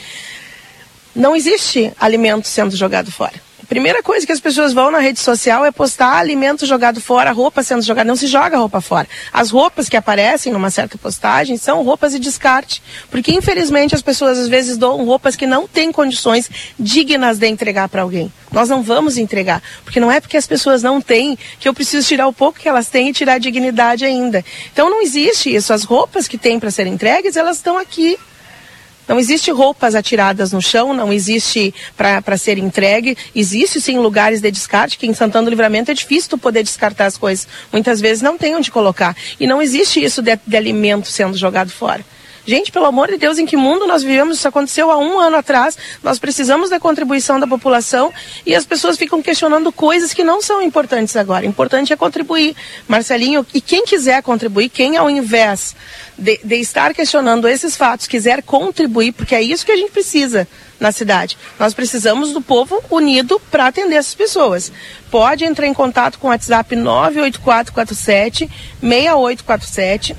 Não existe alimento sendo jogado fora. A primeira coisa que as pessoas vão na rede social é postar alimento jogado fora, roupa sendo jogada. Não se joga roupa fora. As roupas que aparecem numa certa postagem são roupas de descarte. Porque, infelizmente, as pessoas às vezes doam roupas que não têm condições dignas de entregar para alguém. Nós não vamos entregar. Porque não é porque as pessoas não têm que eu preciso tirar o pouco que elas têm e tirar a dignidade ainda. Então não existe isso. As roupas que têm para serem entregues, elas estão aqui. Não existe roupas atiradas no chão, não existe para ser entregue. Existe sim lugares de descarte, que em Santana do Livramento é difícil tu poder descartar as coisas. Muitas vezes não tem onde colocar. E não existe isso de alimento sendo jogado fora. Gente, pelo amor de Deus, em que mundo nós vivemos? Isso aconteceu há 1 ano atrás. Nós precisamos da contribuição da população e as pessoas ficam questionando coisas que não são importantes agora. Importante é contribuir. Marcelinho, e quem quiser contribuir, quem ao invés de estar questionando esses fatos, quiser contribuir, porque é isso que a gente precisa na cidade. Nós precisamos do povo unido para atender essas pessoas. Pode entrar em contato com o WhatsApp 98447-6847,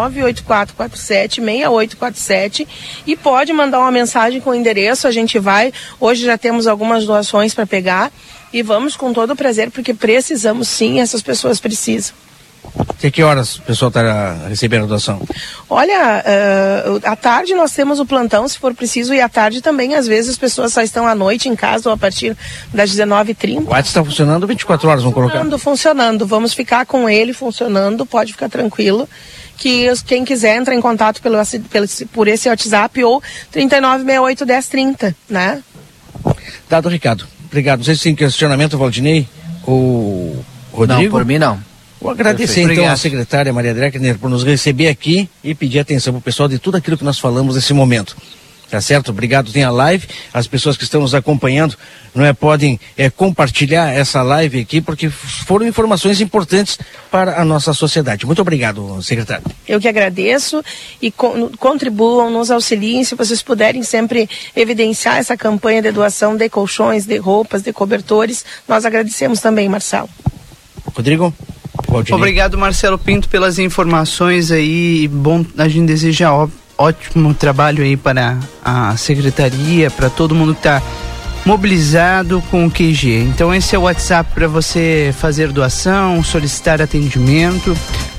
98447-6847 e pode mandar uma mensagem com o endereço, a gente vai. Hoje já temos algumas doações para pegar e vamos com todo o prazer, porque precisamos sim, essas pessoas precisam. Até que horas o pessoal está recebendo a doação? Olha, à tarde nós temos o plantão, se for preciso, e à tarde também, às vezes, as pessoas só estão à noite em casa ou a partir das 19h30. O WhatsApp está funcionando 24 horas, vamos colocar? Funcionando. Vamos ficar com ele funcionando, pode ficar tranquilo. Que quem quiser entra em contato por esse WhatsApp ou 3968-1030, né? Dado o recado. Obrigado. Não sei se tem questionamento, Valdinei ou Rodrigo? Não, por mim não. Vou agradecer então a secretária Maria Dreckner por nos receber aqui e pedir atenção para o pessoal de tudo aquilo que nós falamos nesse momento. Tá certo? Obrigado. Tem a live. As pessoas que estão nos acompanhando podem compartilhar essa live aqui, porque foram informações importantes para a nossa sociedade. Muito obrigado, secretário. Eu que agradeço e contribuam, nos auxiliem, se vocês puderem sempre evidenciar essa campanha de doação de colchões, de roupas, de cobertores. Nós agradecemos também, Marcelo. Rodrigo? Obrigado, Marcelo Pinto, pelas informações aí. Bom, a gente deseja ótimo trabalho aí para a secretaria, para todo mundo que está mobilizado com o QG. Então esse é o WhatsApp para você fazer doação, solicitar atendimento,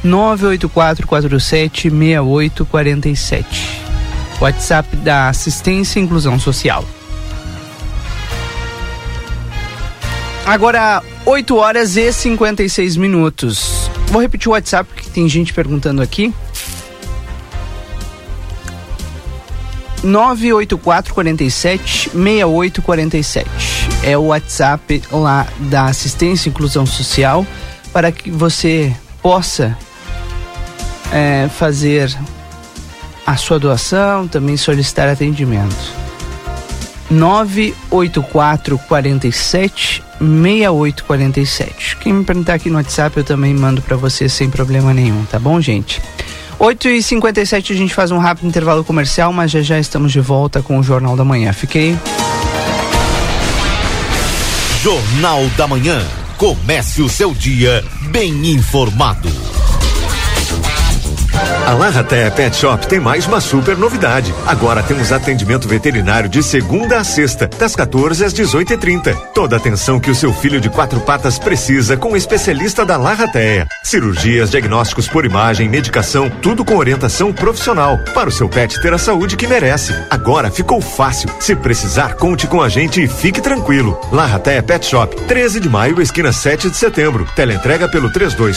984476847. WhatsApp da Assistência e Inclusão Social. Agora 8h56. Vou repetir o WhatsApp, porque tem gente perguntando aqui. 98447-6847. É o WhatsApp lá da Assistência e Inclusão Social, para que você possa fazer a sua doação, também solicitar atendimento. 98447-6847. Quem me perguntar aqui no WhatsApp, eu também mando para você sem problema nenhum, tá bom, gente? 8h57, a gente faz um rápido intervalo comercial, mas já estamos de volta com o Jornal da Manhã. Fiquei. Jornal da Manhã. Comece o seu dia bem informado. A Larratea Pet Shop tem mais uma super novidade. Agora temos atendimento veterinário de segunda a sexta, das 14 às 18h30. Toda a atenção que o seu filho de 4 patas precisa com o especialista da Larratea. Cirurgias, diagnósticos por imagem, medicação, tudo com orientação profissional, para o seu pet ter a saúde que merece. Agora ficou fácil. Se precisar, conte com a gente e fique tranquilo. Larratea Pet Shop, 13 de maio, esquina 7 de setembro. Teleentrega pelo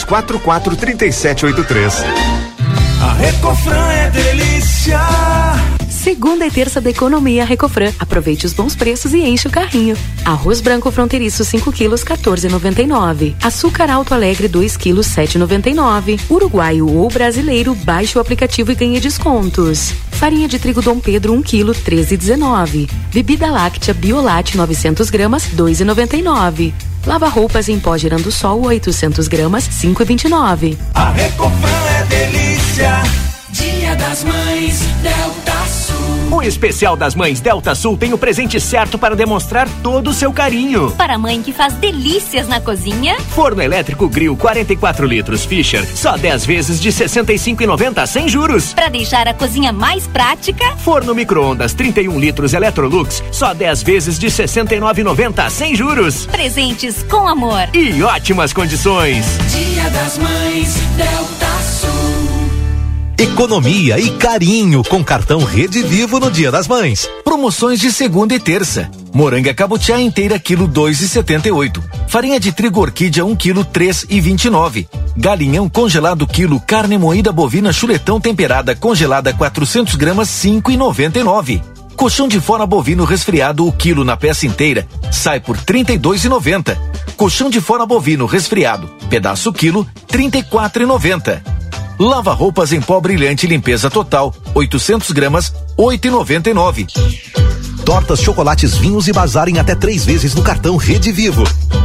3244-3783. A Recofran é delícia. Segunda e terça da economia Recofran. Aproveite os bons preços e enche o carrinho. Arroz branco fronteiriço 5 quilos, 14,99. Açúcar Alto Alegre 2 quilos, 7,99. Uruguaio ou brasileiro, baixe o aplicativo e ganhe descontos. Farinha de trigo Dom Pedro 1 quilo, 13,19. Bebida láctea Biolate 900 gramas, 2,99. Lava roupas em pó Girando Sol 800 gramas, 5,29. A Recofran é delícia. Dia das Mães, Delta Sul. O especial das Mães Delta Sul tem o presente certo para demonstrar todo o seu carinho. Para a mãe que faz delícias na cozinha. Forno elétrico Grill 44 litros Fischer, só 10 vezes de R$ 65,90 sem juros. Para deixar a cozinha mais prática. Forno micro-ondas 31 litros Electrolux, só 10 vezes de R$ 69,90 sem juros. Presentes com amor. E ótimas condições. Dia das Mães, Delta Sul. Economia e carinho com cartão Rede Vivo no Dia das Mães. Promoções de segunda e terça. Moranga cabutiá inteira quilo 2,78. Farinha de trigo orquídea 1 quilo 3,29. Galinhão congelado quilo. Carne moída bovina chuletão temperada congelada 400 gramas 5,99. Colchão de fora bovino resfriado o quilo na peça inteira sai por 32,90. Colchão de fora bovino resfriado pedaço quilo 34,90. Lava roupas em pó brilhante limpeza total 800 gramas 8,99. Tortas, chocolates, vinhos e bazar em até 3 vezes no cartão Rede Vivo.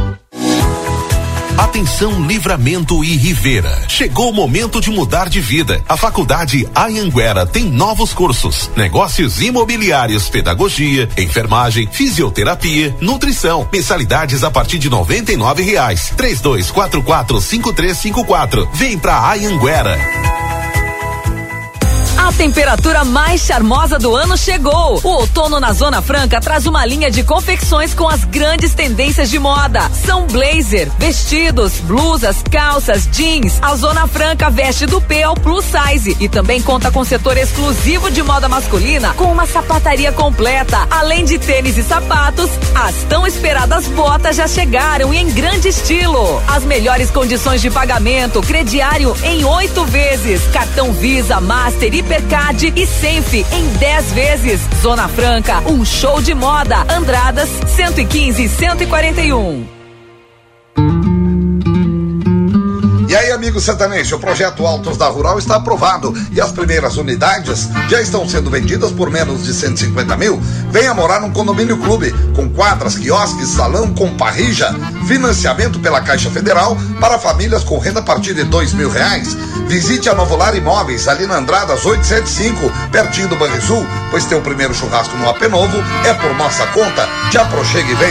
Atenção Livramento e Rivera. Chegou o momento de mudar de vida. A Faculdade Anhanguera tem novos cursos: negócios imobiliários, pedagogia, enfermagem, fisioterapia, nutrição. Mensalidades a partir de R$99. 3244-5354. Vem pra Anhanguera. A temperatura mais charmosa do ano chegou. O outono na Zona Franca traz uma linha de confecções com as grandes tendências de moda. São blazer, vestidos, blusas, calças, jeans. A Zona Franca veste do P ao plus size e também conta com setor exclusivo de moda masculina com uma sapataria completa. Além de tênis e sapatos, as tão esperadas botas já chegaram e em grande estilo. As melhores condições de pagamento, crediário em 8 vezes, cartão Visa, Master, Hipercard e Senf em 10 vezes. Zona Franca, um show de moda. Andradas 115 e 141. E aí, amigo sertanejo, o projeto Altos da Rural está aprovado e as primeiras unidades já estão sendo vendidas por menos de 150 mil. Venha morar num condomínio clube, com quadras, quiosques, salão com parrija, financiamento pela Caixa Federal para famílias com renda a partir de R$2.000. Visite a Novolar Imóveis, ali na Andradas 875, pertinho do Banrisul, pois teu primeiro churrasco no AP Novo é por nossa conta. Já aproxegue e vem.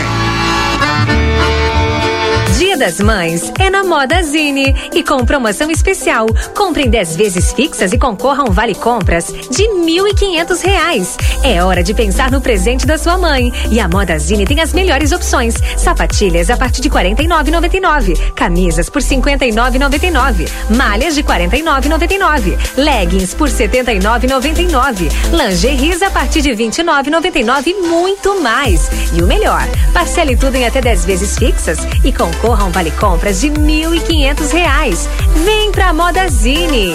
Dia das Mães é na Modazine e com promoção especial. Compre em 10 vezes fixas e concorra a um vale compras de R$1.500. É hora de pensar no presente da sua mãe. E a Modazine tem as melhores opções: sapatilhas a partir de R$ 49,99, camisas por R$ 59,99, malhas de R$ 49,99, leggings por R$ 79,99, lingeries a partir de R$ 29,99 e muito mais. E o melhor, parcele tudo em até 10 vezes fixas e concorra a um vale compras de R$ 1.500. Vem pra Modazine.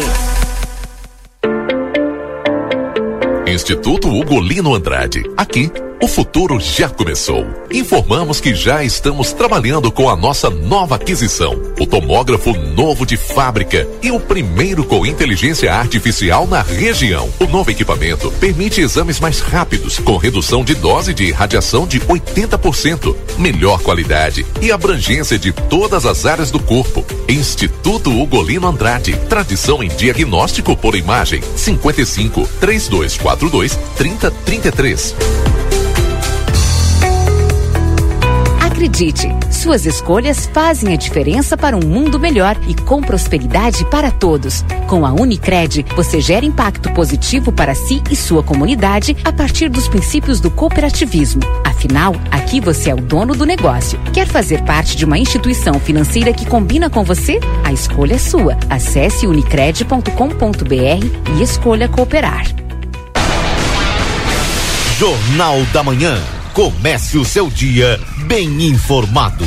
Instituto Ugolino Andrade. Aqui, o futuro já começou. Informamos que já estamos trabalhando com a nossa nova aquisição, o tomógrafo novo de fábrica e o primeiro com inteligência artificial na região. O novo equipamento permite exames mais rápidos, com redução de dose de radiação de 80%, melhor qualidade e abrangência de todas as áreas do corpo. Instituto Ugolino Andrade, tradição em diagnóstico por imagem. 55 3242 3033. Acredite, suas escolhas fazem a diferença para um mundo melhor e com prosperidade para todos. Com a Unicred, você gera impacto positivo para si e sua comunidade a partir dos princípios do cooperativismo. Afinal, aqui você é o dono do negócio. Quer fazer parte de uma instituição financeira que combina com você? A escolha é sua. Acesse unicred.com.br e escolha cooperar. Jornal da Manhã. Comece o seu dia bem informado.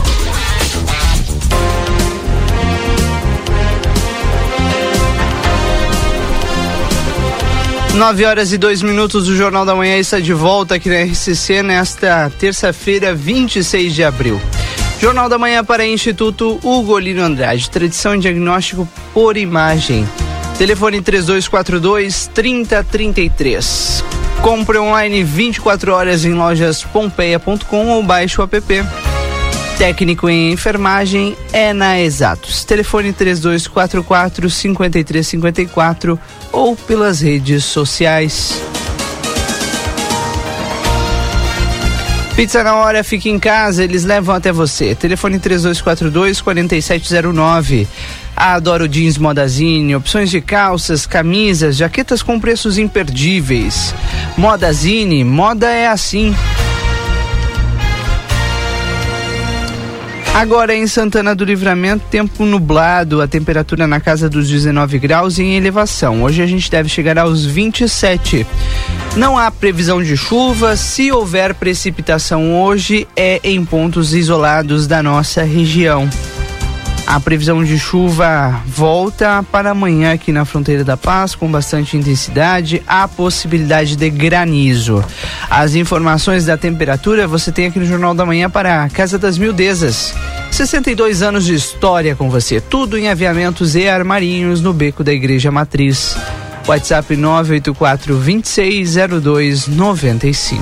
Nove horas e 2 minutos, o Jornal da Manhã está de volta aqui na RCC nesta terça-feira, 26 de abril. Jornal da Manhã para Instituto Hugo Lino Andrade, tradição em diagnóstico por imagem. Telefone 3242-3033. Compre online 24 horas em lojas pompeia.com ou baixe o app. Técnico em enfermagem é na Exatos. Telefone 3244-5354 ou pelas redes sociais. Pizza na hora, fique em casa, eles levam até você. Telefone 3242-4709. Adoro Jeans Modazine, opções de calças, camisas, jaquetas com preços imperdíveis. Modazine, moda é assim. Agora em Santana do Livramento, tempo nublado, a temperatura na casa dos 19 graus e em elevação. Hoje a gente deve chegar aos 27. Não há previsão de chuva, se houver precipitação hoje é em pontos isolados da nossa região. A previsão de chuva volta para amanhã aqui na Fronteira da Paz com bastante intensidade, há possibilidade de granizo. As informações da temperatura você tem aqui no Jornal da Manhã para a Casa das Mildezas. 62 anos de história com você, tudo em aviamentos e armarinhos no Beco da Igreja Matriz. WhatsApp 984-260295.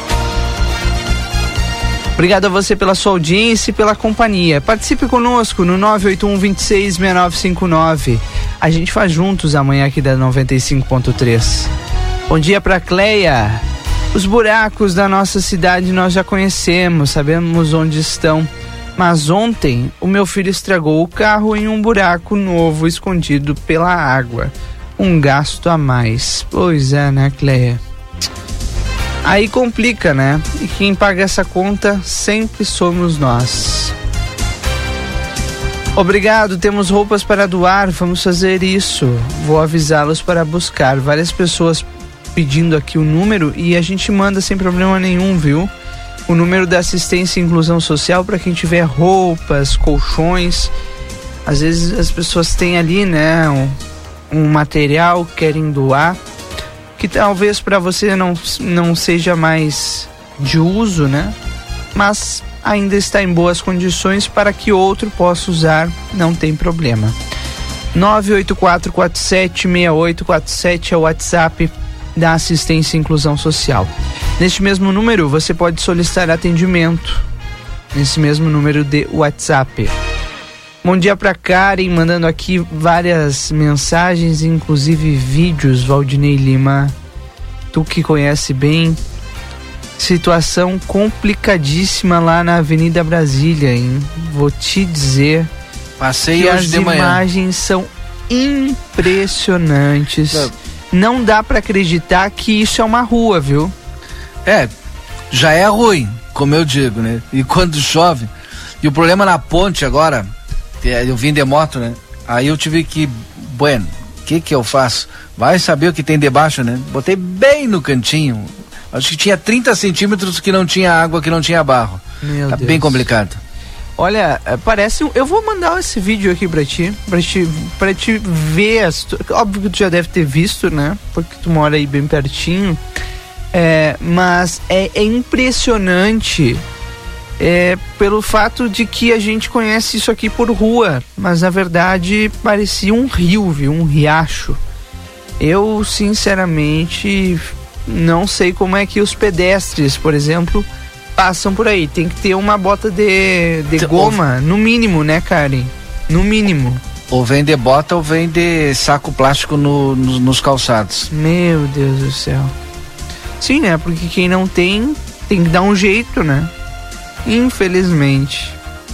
Obrigado a você pela sua audiência e pela companhia. Participe conosco no 981-266959. A gente faz juntos amanhã aqui da 95.3. Bom dia para Cleia. Os buracos da nossa cidade nós já conhecemos, sabemos onde estão. Mas ontem o meu filho estragou o carro em um buraco novo escondido pela água. Um gasto a mais. Pois é, né, Cleia? Aí complica, né? E quem paga essa conta sempre somos nós. Obrigado, temos roupas para doar, vamos fazer isso. Vou avisá-los para buscar. Várias pessoas pedindo aqui o número e a gente manda sem problema nenhum, viu? O número da assistência e inclusão social para quem tiver roupas, colchões. Às vezes as pessoas têm ali, né, um material que querem doar, que talvez para você não seja mais de uso, né? Mas ainda está em boas condições para que outro possa usar, não tem problema. 984476847 é o WhatsApp da Assistência e Inclusão Social. Neste mesmo número você pode solicitar atendimento, nesse mesmo número de WhatsApp. Bom dia para Karen, mandando aqui várias mensagens, inclusive vídeos. Valdinei Lima, tu que conhece bem, situação complicadíssima lá na Avenida Brasília, hein? Vou te dizer, passei que hoje de manhã. As imagens são impressionantes. Não dá para acreditar que isso é uma rua, viu? É, já é ruim, como eu digo, né? E quando chove, e o problema na ponte agora, eu vim de moto, né? Aí eu tive que, bueno, o que eu faço? Vai saber o que tem debaixo, né? Botei bem no cantinho, acho que tinha 30 centímetros que não tinha água, que não tinha barro. Meu Deus. Bem complicado. Olha, parece, eu vou mandar esse vídeo aqui pra ti ver, óbvio que tu já deve ter visto, né? Porque tu mora aí bem pertinho, mas é impressionante, pelo fato de que a gente conhece isso aqui por rua, mas na verdade parecia um rio, viu? Um riacho. Eu, sinceramente, não sei como é que os pedestres, por exemplo, passam por aí. Tem que ter uma bota de goma, no mínimo, né, Karen? No mínimo. Ou vem de bota ou vem de saco plástico nos calçados. Meu Deus do céu. Sim, né? Porque quem não tem que dar um jeito, né? Infelizmente.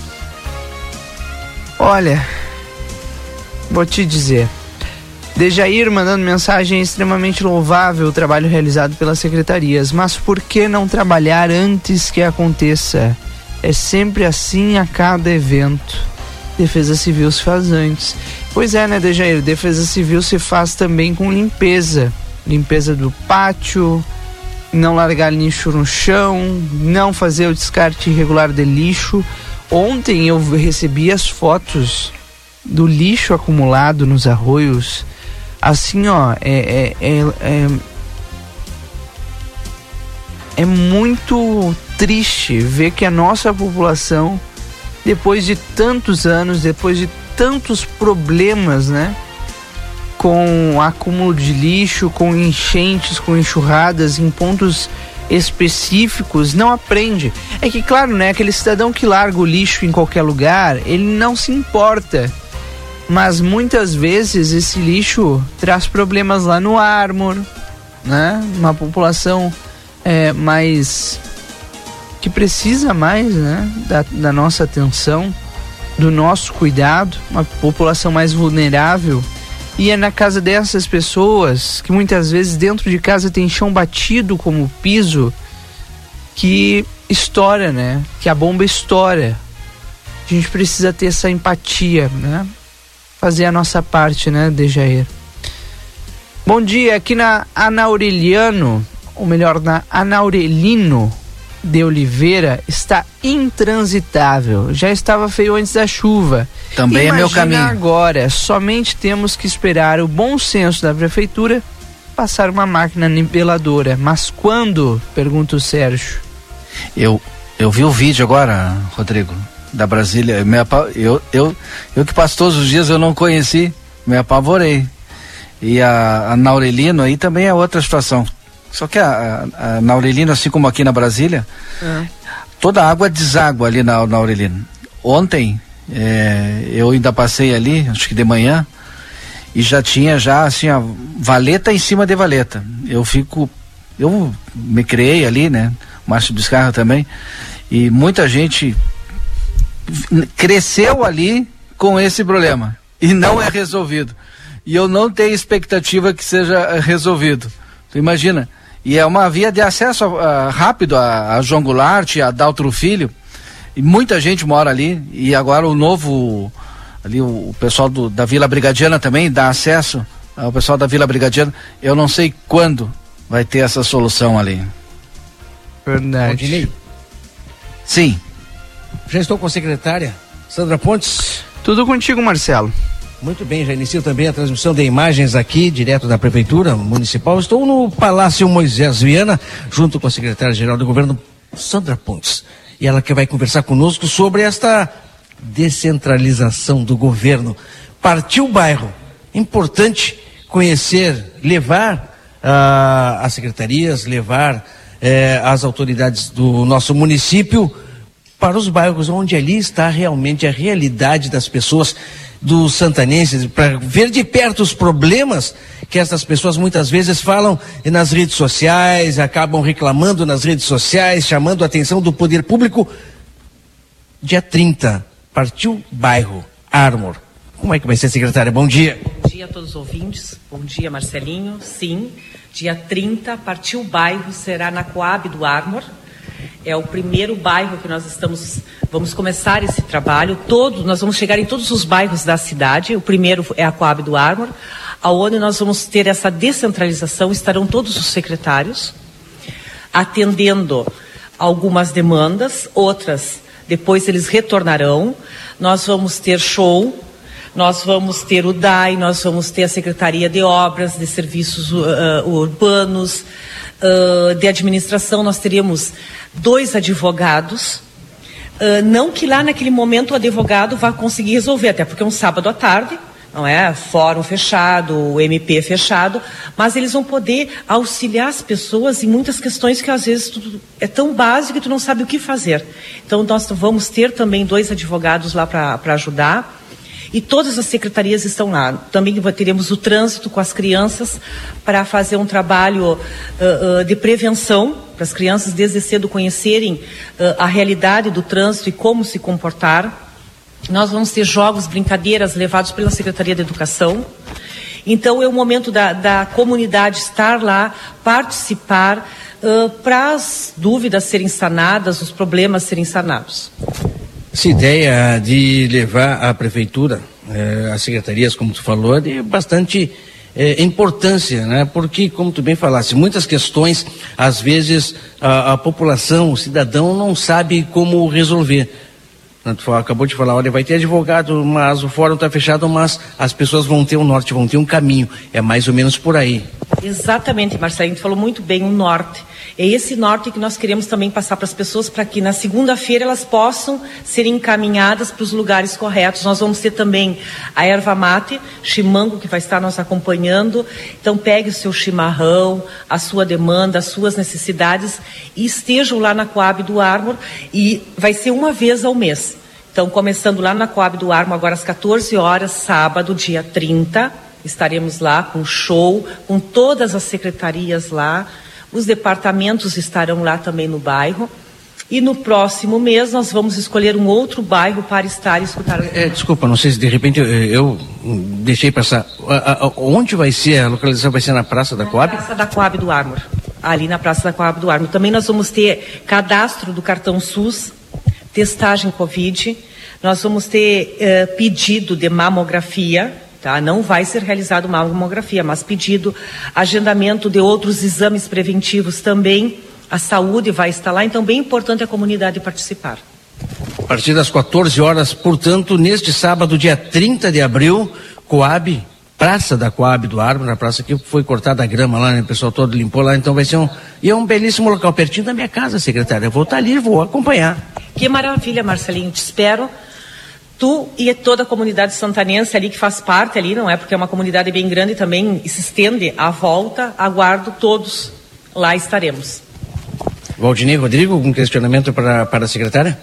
Olha, vou te dizer. Dejair mandando mensagem: extremamente louvável o trabalho realizado pelas secretarias, mas por que não trabalhar antes que aconteça? É sempre assim a cada evento. Defesa Civil se faz antes. Pois é, né, Dejair? Defesa Civil se faz também com limpeza. Limpeza do pátio, não largar lixo no chão, não fazer o descarte irregular de lixo. Ontem eu recebi as fotos do lixo acumulado nos arroios. Assim, ó, é muito triste ver que a nossa população, depois de tantos anos, depois de tantos problemas, né, com acúmulo de lixo, com enchentes, com enxurradas em pontos específicos, não aprende. É que, claro, né, aquele cidadão que larga o lixo em qualquer lugar, ele não se importa. Mas muitas vezes esse lixo traz problemas lá no Armor, né? Uma população mais que precisa mais, né? Da nossa atenção, do nosso cuidado, uma população mais vulnerável. E é na casa dessas pessoas, que muitas vezes dentro de casa tem chão batido como piso, que estoura, né? Que a bomba estoura. A gente precisa ter essa empatia, né? Fazer a nossa parte, né, Dejair? Bom dia, aqui na Ana Aureliano, ou melhor, na Ana Aurelino de Oliveira, está intransitável. Já estava feio antes da chuva. Também é meu caminho. Agora, somente temos que esperar o bom senso da prefeitura passar uma máquina niveladora. Mas quando? Pergunta o Sérgio. Eu vi o vídeo agora, Rodrigo, da Brasília. Eu que passo todos os dias, eu não conheci, me apavorei. E a Naurelino aí também é outra situação. Só que a Naurelino, assim como aqui na Brasília, toda a água deságua ali na Naurelino. Ontem, eu ainda passei ali, acho que de manhã, e já tinha assim, a valeta em cima de valeta. Eu me criei ali, né? Márcio Biscarra também, e muita gente cresceu ali com esse problema e não é resolvido, e eu não tenho expectativa que seja resolvido. Tu imagina, e é uma via de acesso rápido a João Goulart, a Daltro Filho, e muita gente mora ali, e agora o novo ali, o pessoal da Vila Brigadiana também dá acesso ao pessoal da Vila Brigadiana. Eu não sei quando vai ter essa solução ali. Verdade. Sim. Já estou com a secretária Sandra Pontes. Tudo contigo, Marcelo. Muito bem, já inicio também a transmissão de imagens aqui, direto da Prefeitura Municipal. Estou no Palácio Moisés Viana, junto com a secretária-geral do Governo, Sandra Pontes. E ela que vai conversar conosco sobre esta descentralização do governo. Partiu o bairro. Importante conhecer, levar as secretarias, levar as autoridades do nosso município para os bairros onde ali está realmente a realidade das pessoas, dos santanenses, para ver de perto os problemas que essas pessoas muitas vezes falam nas redes sociais, acabam reclamando nas redes sociais, chamando a atenção do poder público. Dia 30, partiu bairro Armor. Como é que vai ser, secretária? Bom dia. Bom dia a todos os ouvintes. Bom dia, Marcelinho. Sim, dia 30, partiu o bairro, será na Coab do Armor. É o primeiro bairro que nós vamos começar esse trabalho. Nós vamos chegar em todos os bairros da cidade. O primeiro é a Coab do Armor, aonde nós vamos ter essa descentralização. Estarão todos os secretários atendendo algumas demandas, outras depois eles retornarão. Nós vamos ter show, nós vamos ter o DAI, nós vamos ter a Secretaria de Obras, de Serviços Urbanos, de Administração. Nós teríamos 2 advogados, não que lá naquele momento o advogado vá conseguir resolver, até porque é um sábado à tarde, não é? Fórum fechado, o MP fechado, mas eles vão poder auxiliar as pessoas em muitas questões que às vezes é tão básico que tu não sabe o que fazer. Então nós vamos ter também 2 advogados lá para ajudar. E todas as secretarias estão lá. Também teremos o trânsito com as crianças para fazer um trabalho de prevenção para as crianças desde cedo conhecerem a realidade do trânsito e como se comportar. Nós vamos ter jogos, brincadeiras levados pela Secretaria da Educação. Então é o momento da comunidade estar lá, participar, para as dúvidas serem sanadas, os problemas serem sanados. Essa ideia de levar a prefeitura, as secretarias, como tu falou, é de bastante importância, né? Porque, como tu bem falaste, muitas questões, às vezes, a população, o cidadão não sabe como resolver. Tu acabou de falar, olha, vai ter advogado, mas o fórum está fechado, mas as pessoas vão ter um norte, vão ter um caminho. É mais ou menos por aí. Exatamente, Marcelinho, tu falou muito bem, o norte. É esse norte que nós queremos também passar para as pessoas, para que na segunda-feira elas possam ser encaminhadas para os lugares corretos. Nós vamos ter também a erva mate, chimango, que vai estar nos acompanhando. Então pegue o seu chimarrão, a sua demanda, as suas necessidades e estejam lá na Coab do Armor, e vai ser uma vez ao mês. Então, começando lá na Coab do Armor, agora às 14 horas, sábado, dia 30, estaremos lá com show, com todas as secretarias lá. Os departamentos estarão lá também no bairro. E no próximo mês nós vamos escolher um outro bairro para estar e escutar. Desculpa, não sei se de repente eu deixei passar. Onde vai ser a localização? Vai ser na Praça da Coab? Na Praça da Coab do Armor. Ali na Praça da Coab do Armor. Também nós vamos ter cadastro do cartão SUS, testagem Covid. Nós vamos ter pedido de mamografia. Tá? Não vai ser realizado mamografia, mas pedido, agendamento de outros exames preventivos também. A saúde vai estar lá, então bem importante a comunidade participar. A partir das 14 horas, portanto, neste sábado, dia 30 de abril, Coab, Praça da Coab do Armor, na praça que foi cortada a grama lá, né? O pessoal todo limpou lá, então vai ser um belíssimo local, pertinho da minha casa, secretária. Eu vou estar ali, vou acompanhar. Que maravilha, Marcelinho, te espero. Tu e toda a comunidade santanense ali que faz parte ali, não é? Porque é uma comunidade bem grande também e se estende à volta. Aguardo todos. Lá estaremos. Valdinei, Rodrigo, algum questionamento para a secretária?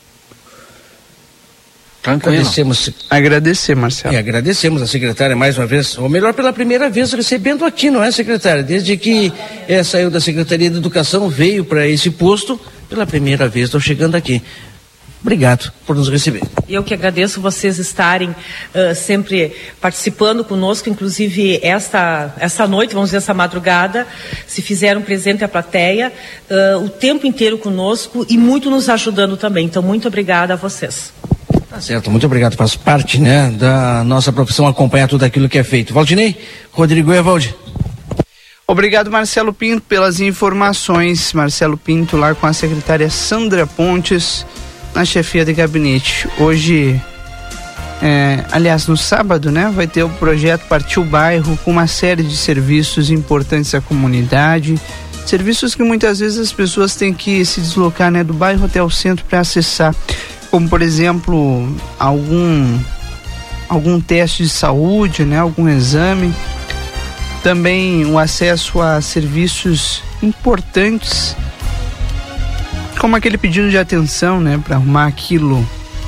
Tranquilo. Agradecer, Marcelo. E agradecemos a secretária mais uma vez, ou melhor, pela primeira vez recebendo aqui, não é, secretária? Desde que saiu da Secretaria de Educação, veio para esse posto, pela primeira vez estou chegando aqui. Obrigado por nos receber. Eu que agradeço vocês estarem sempre participando conosco, inclusive essa noite, vamos dizer, essa madrugada, se fizeram presente à plateia, o tempo inteiro conosco e muito nos ajudando também. Então, muito obrigada a vocês. Tá certo, muito obrigado. Faz parte, né, da nossa profissão acompanhar tudo aquilo que é feito. Valdinei, Rodrigo e Evaldi. Obrigado, Marcelo Pinto, pelas informações. Marcelo Pinto lá com a secretária Sandra Pontes, na chefia de gabinete. Hoje, aliás, no sábado, né, vai ter o projeto Partiu Bairro, com uma série de serviços importantes à comunidade, serviços que muitas vezes as pessoas têm que se deslocar, né, do bairro até o centro para acessar, como por exemplo, algum teste de saúde, né, algum exame, também o acesso a serviços importantes, como aquele pedido de atenção, né, para arrumar aquilo,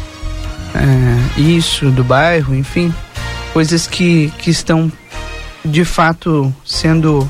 isso do bairro, enfim, coisas que estão de fato sendo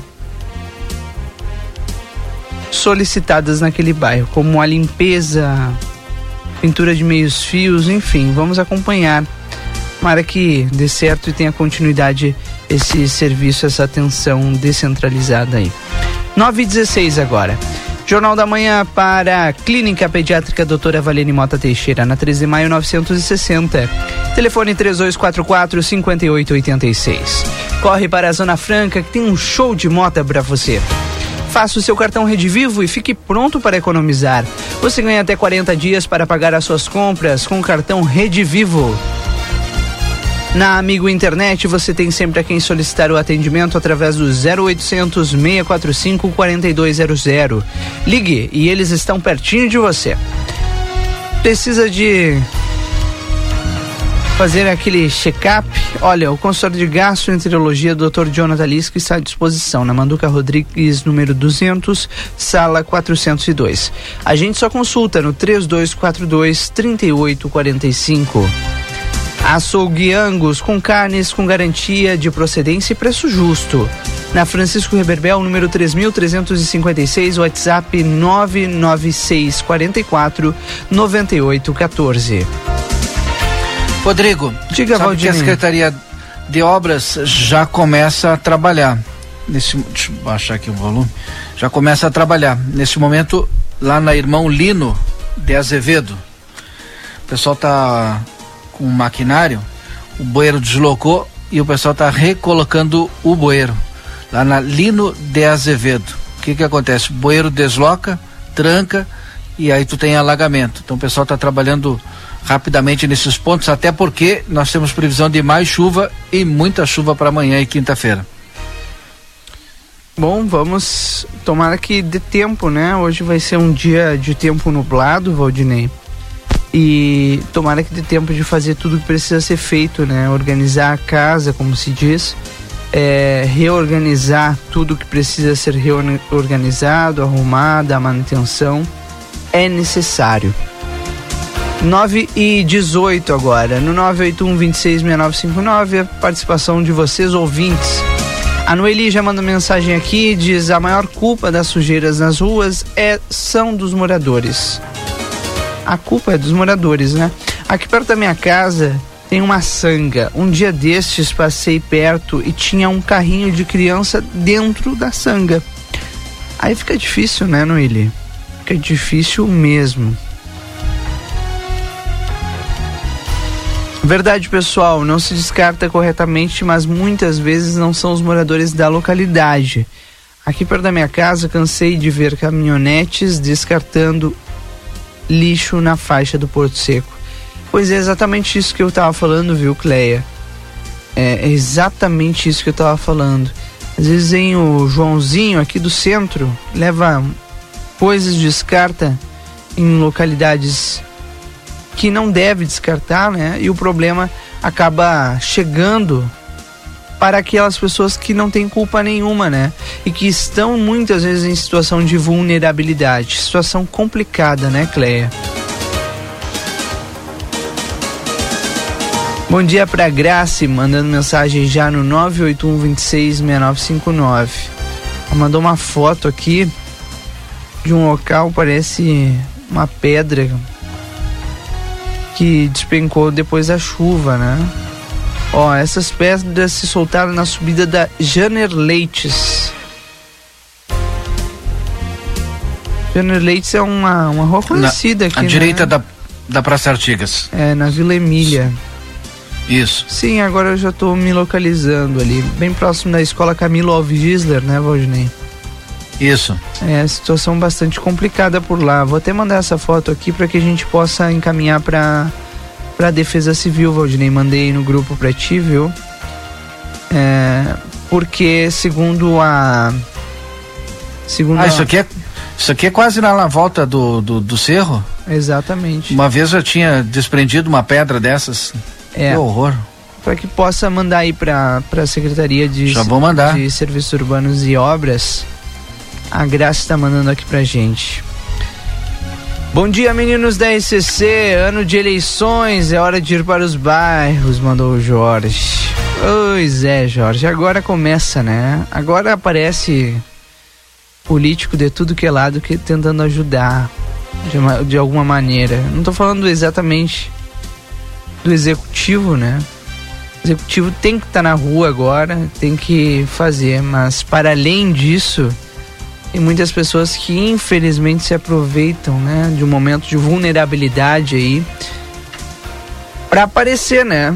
solicitadas naquele bairro, como a limpeza, pintura de meios fios, enfim, vamos acompanhar. Tomara que dê certo e tenha continuidade esse serviço, essa atenção descentralizada aí. 9h16 agora. Jornal da Manhã para a Clínica Pediátrica Doutora Valene Mota Teixeira, na 13 de maio 960. Telefone 3244-5886. Corre para a Zona Franca que tem um show de moto para você. Faça o seu cartão Rede Vivo e fique pronto para economizar. Você ganha até 40 dias para pagar as suas compras com o cartão Rede Vivo. Na Amigo Internet, você tem sempre a quem solicitar o atendimento através do 0800 645 4200. Ligue e eles estão pertinho de você. Precisa de fazer aquele check-up? Olha, o consultório de gastroenterologia Dr. Jonathan Lisca está à disposição na Manduca Rodrigues, número 200, sala 402. A gente só consulta no 3242-3845. Açougue Angus, com carnes com garantia de procedência e preço justo. Na Francisco Reberbel, número 3.356, WhatsApp 99644-9814. Rodrigo, diga, sabe que a Secretaria de Obras já começa a trabalhar. Deixa eu baixar aqui o volume. Já começa a trabalhar. Nesse momento, lá na Irmão Lino de Azevedo, o pessoal tá com um maquinário, o bueiro deslocou e o pessoal tá recolocando o bueiro. Lá na Lino de Azevedo. O que acontece? O bueiro desloca, tranca e aí tu tem alagamento. Então o pessoal está trabalhando rapidamente nesses pontos, até porque nós temos previsão de mais chuva e muita chuva para amanhã e quinta-feira. Bom, vamos tomara que dê tempo, né? Hoje vai ser um dia de tempo nublado, Valdinei. E tomara que dê tempo de fazer tudo que precisa ser feito, né? Organizar a casa, como se diz. Reorganizar tudo que precisa ser reorganizado, arrumado, a manutenção é necessário. 9h18 agora, no 981-266959, a participação de vocês ouvintes. A Noeli já manda mensagem aqui, diz: a maior culpa das sujeiras nas ruas são dos moradores. A culpa é dos moradores, né? Aqui perto da minha casa tem uma sanga. Um dia destes passei perto e tinha um carrinho de criança dentro da sanga. Aí fica difícil, né, Noeli? Fica difícil mesmo. Verdade, pessoal, não se descarta corretamente, mas muitas vezes não são os moradores da localidade. Aqui perto da minha casa cansei de ver caminhonetes descartando lixo na faixa do Porto Seco. Pois é exatamente isso que eu tava falando, viu, Cleia? É exatamente isso que eu tava falando. Às vezes vem o Joãozinho aqui do centro, leva coisas, descarta em localidades que não deve descartar, né? E o problema acaba chegando para aquelas pessoas que não têm culpa nenhuma, né? E que estão muitas vezes em situação de vulnerabilidade. Situação complicada, né, Cleia? Bom dia pra Grace, mandando mensagem já no 981-266959. Ela mandou uma foto aqui de um local, parece uma pedra que despencou depois da chuva, né? Ó, essas pedras se soltaram na subida da Janer Leites. Janer Leites é uma rua conhecida aqui, à direita, né? da Praça Artigas. É, na Vila Emília. Isso. Sim, agora eu já tô me localizando ali, bem próximo da Escola Camilo Alves Gisler, né, Valdinei? Isso. É, situação bastante complicada por lá. Vou até mandar essa foto aqui para que a gente possa encaminhar para a Defesa Civil, Valdinei. Mandei no grupo para ti, viu? Porque segundo isso aqui é quase na volta do cerro. Exatamente. Uma vez eu tinha desprendido uma pedra dessas. Que horror. Para que possa mandar aí para a Secretaria de Serviços Urbanos e Obras. A Graça está mandando aqui pra gente. Bom dia, meninos da RCC. Ano de eleições, é hora de ir para os bairros, mandou o Jorge. Pois é, Jorge, agora começa, né? Agora aparece político de tudo que é lado tentando ajudar de alguma maneira. Não tô falando exatamente do executivo, né? O executivo tem que estar na rua agora, tem que fazer, mas para além disso, tem muitas pessoas que infelizmente se aproveitam, né, de um momento de vulnerabilidade aí para aparecer, né?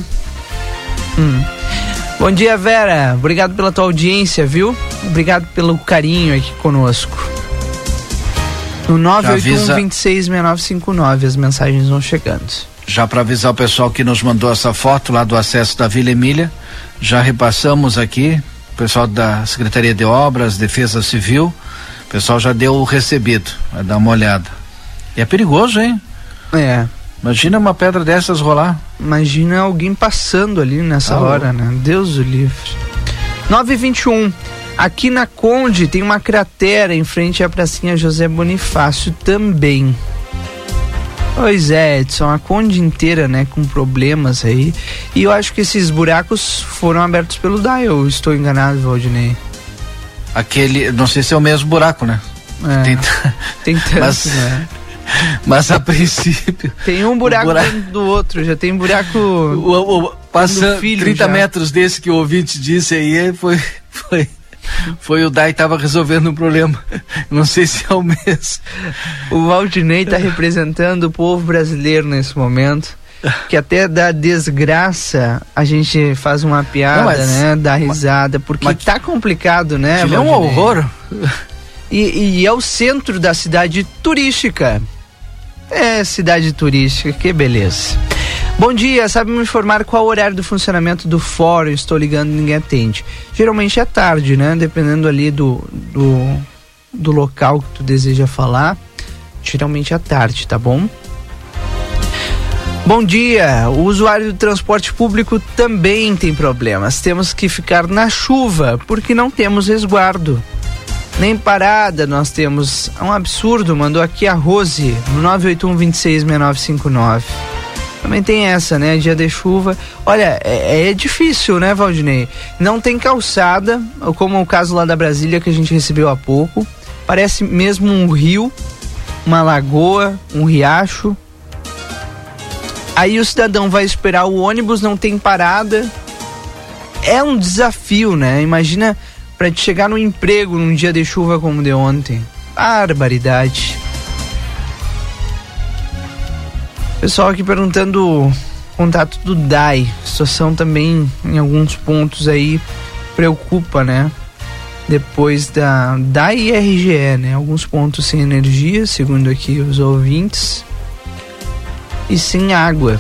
Bom dia, Vera, obrigado pela tua audiência, viu? Obrigado pelo carinho aqui conosco. No 981-266959 as mensagens vão chegando. Já para avisar o pessoal que nos mandou essa foto lá do acesso da Vila Emília, já repassamos aqui, o pessoal da Secretaria de Obras, Defesa Civil, o pessoal já deu o recebido, vai dar uma olhada. E é perigoso, hein? É. Imagina uma pedra dessas rolar. Imagina alguém passando ali nessa hora, né? Deus o livre. 9h21. Aqui na Conde tem uma cratera em frente à pracinha José Bonifácio também. Pois é, Edson, a Conde inteira, né, com problemas aí. E eu acho que esses buracos foram abertos pelo DAE, eu estou enganado, Valdinei? Aquele, não sei se é o mesmo buraco, né? Tem tanto, né? Mas a princípio... Tem um buraco dentro do outro, já tem buraco... Passando 30 já. Metros desse que o ouvinte disse aí, foi o Dai tava resolvendo um problema. Não sei se é o mesmo. O Valdinei tá representando o povo brasileiro nesse momento, que até da desgraça a gente faz uma piada, né? Dá risada, porque tá complicado, né? É um horror. E é o centro da cidade turística. É, cidade turística, que beleza. Bom dia, sabe me informar qual o horário do funcionamento do fórum? Estou ligando e ninguém atende. Geralmente é tarde, né? Dependendo ali do local que tu deseja falar. Geralmente é tarde, tá bom? Bom dia, o usuário do transporte público também tem problemas. Temos que ficar na chuva porque não temos resguardo. Nem parada nós temos. É um absurdo, mandou aqui a Rose no 981266959. Também tem essa, né? Dia de chuva. Olha, é difícil, né, Valdinei? Não tem calçada, como o caso lá da Brasília que a gente recebeu há pouco. Parece mesmo um rio, uma lagoa, um riacho. Aí o cidadão vai esperar o ônibus, não tem parada. É um desafio, né? Imagina pra te chegar no emprego num dia de chuva como de ontem. Barbaridade. Pessoal aqui perguntando o contato do DAI. A situação também em alguns pontos aí preocupa, né? Depois da DAI e RGE, né? Alguns pontos sem energia, segundo aqui os ouvintes. E sem água.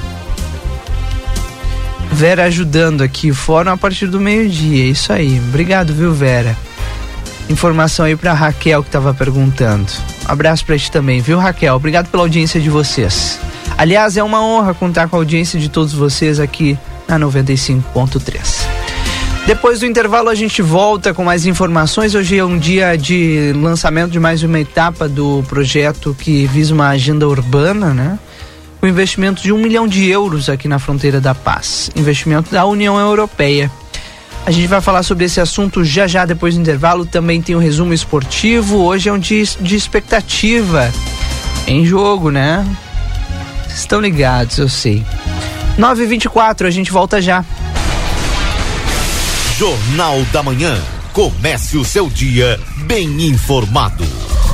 Vera ajudando aqui, fórum a partir do meio-dia, isso aí. Obrigado, viu, Vera? Informação aí pra Raquel que tava perguntando. Abraço pra ti também, viu, Raquel? Obrigado pela audiência de vocês. Aliás, é uma honra contar com a audiência de todos vocês aqui na 95.3. Depois do intervalo a gente volta com mais informações. Hoje é um dia de lançamento de mais uma etapa do projeto que visa uma agenda urbana, né? Com investimento de 1 milhão de euros aqui na Fronteira da Paz. Investimento da União Europeia. A gente vai falar sobre esse assunto já depois do intervalo. Também tem um resumo esportivo. Hoje é um dia de expectativa em jogo, né? Estão ligados, eu sei. 9h24, a gente volta já. Jornal da Manhã. Comece o seu dia bem informado.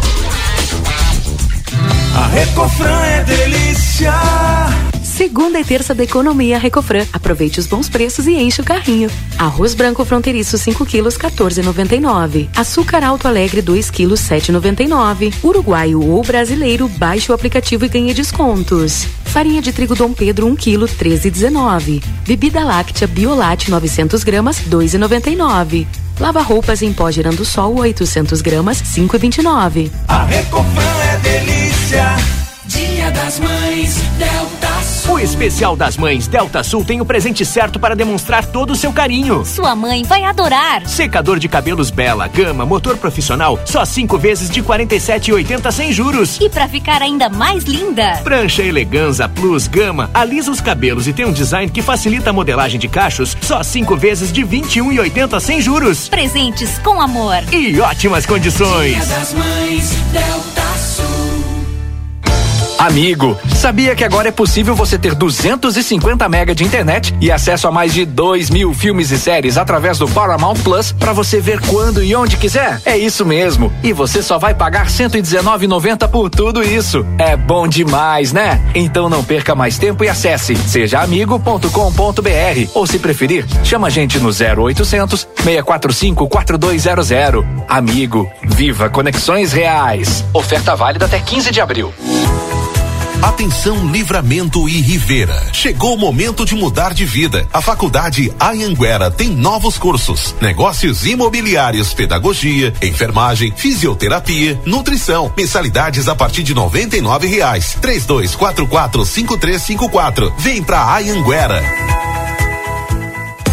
A Recofran é delícia. Segunda e terça da economia Recofran. Aproveite os bons preços e enche o carrinho. Arroz branco fronteiriço 5 quilos 14,99. Açúcar Alto Alegre 2 quilos 7,99. Uruguaio ou brasileiro, baixe o aplicativo e ganhe descontos. Farinha de trigo Dom Pedro 1 quilo 13,19. Bebida láctea Biolate 900 gramas 2,99. Lava roupas em pó Girando Sol 800 gramas 5,29. A Recofran é delícia. Dia das Mães, Delta Sul. O especial das Mães Delta Sul tem o presente certo para demonstrar todo o seu carinho. Sua mãe vai adorar. Secador de cabelos Bela, Gama, motor profissional, só 5 vezes de 47,80 sem juros. E pra ficar ainda mais linda, Prancha Eleganza Plus Gama, alisa os cabelos e tem um design que facilita a modelagem de cachos, só 5 vezes de 21,80 sem juros. Presentes com amor e ótimas condições. Dia das Mães, Delta Sul. Amigo, sabia que agora é possível você ter 250 mega de internet e acesso a mais de 2.000 filmes e séries através do Paramount Plus para você ver quando e onde quiser? É isso mesmo. E você só vai pagar R$ 119,90 por tudo isso. É bom demais, né? Então não perca mais tempo e acesse sejaamigo.com.br ou, se preferir, chama a gente no 0800 645 4200. Amigo, viva conexões reais. Oferta válida até 15 de abril. Atenção Livramento e Rivera. Chegou o momento de mudar de vida. A Faculdade Anhanguera tem novos cursos: negócios imobiliários, pedagogia, enfermagem, fisioterapia, nutrição. Mensalidades a partir de R$99. 3244-5354. Vem pra Anhanguera. A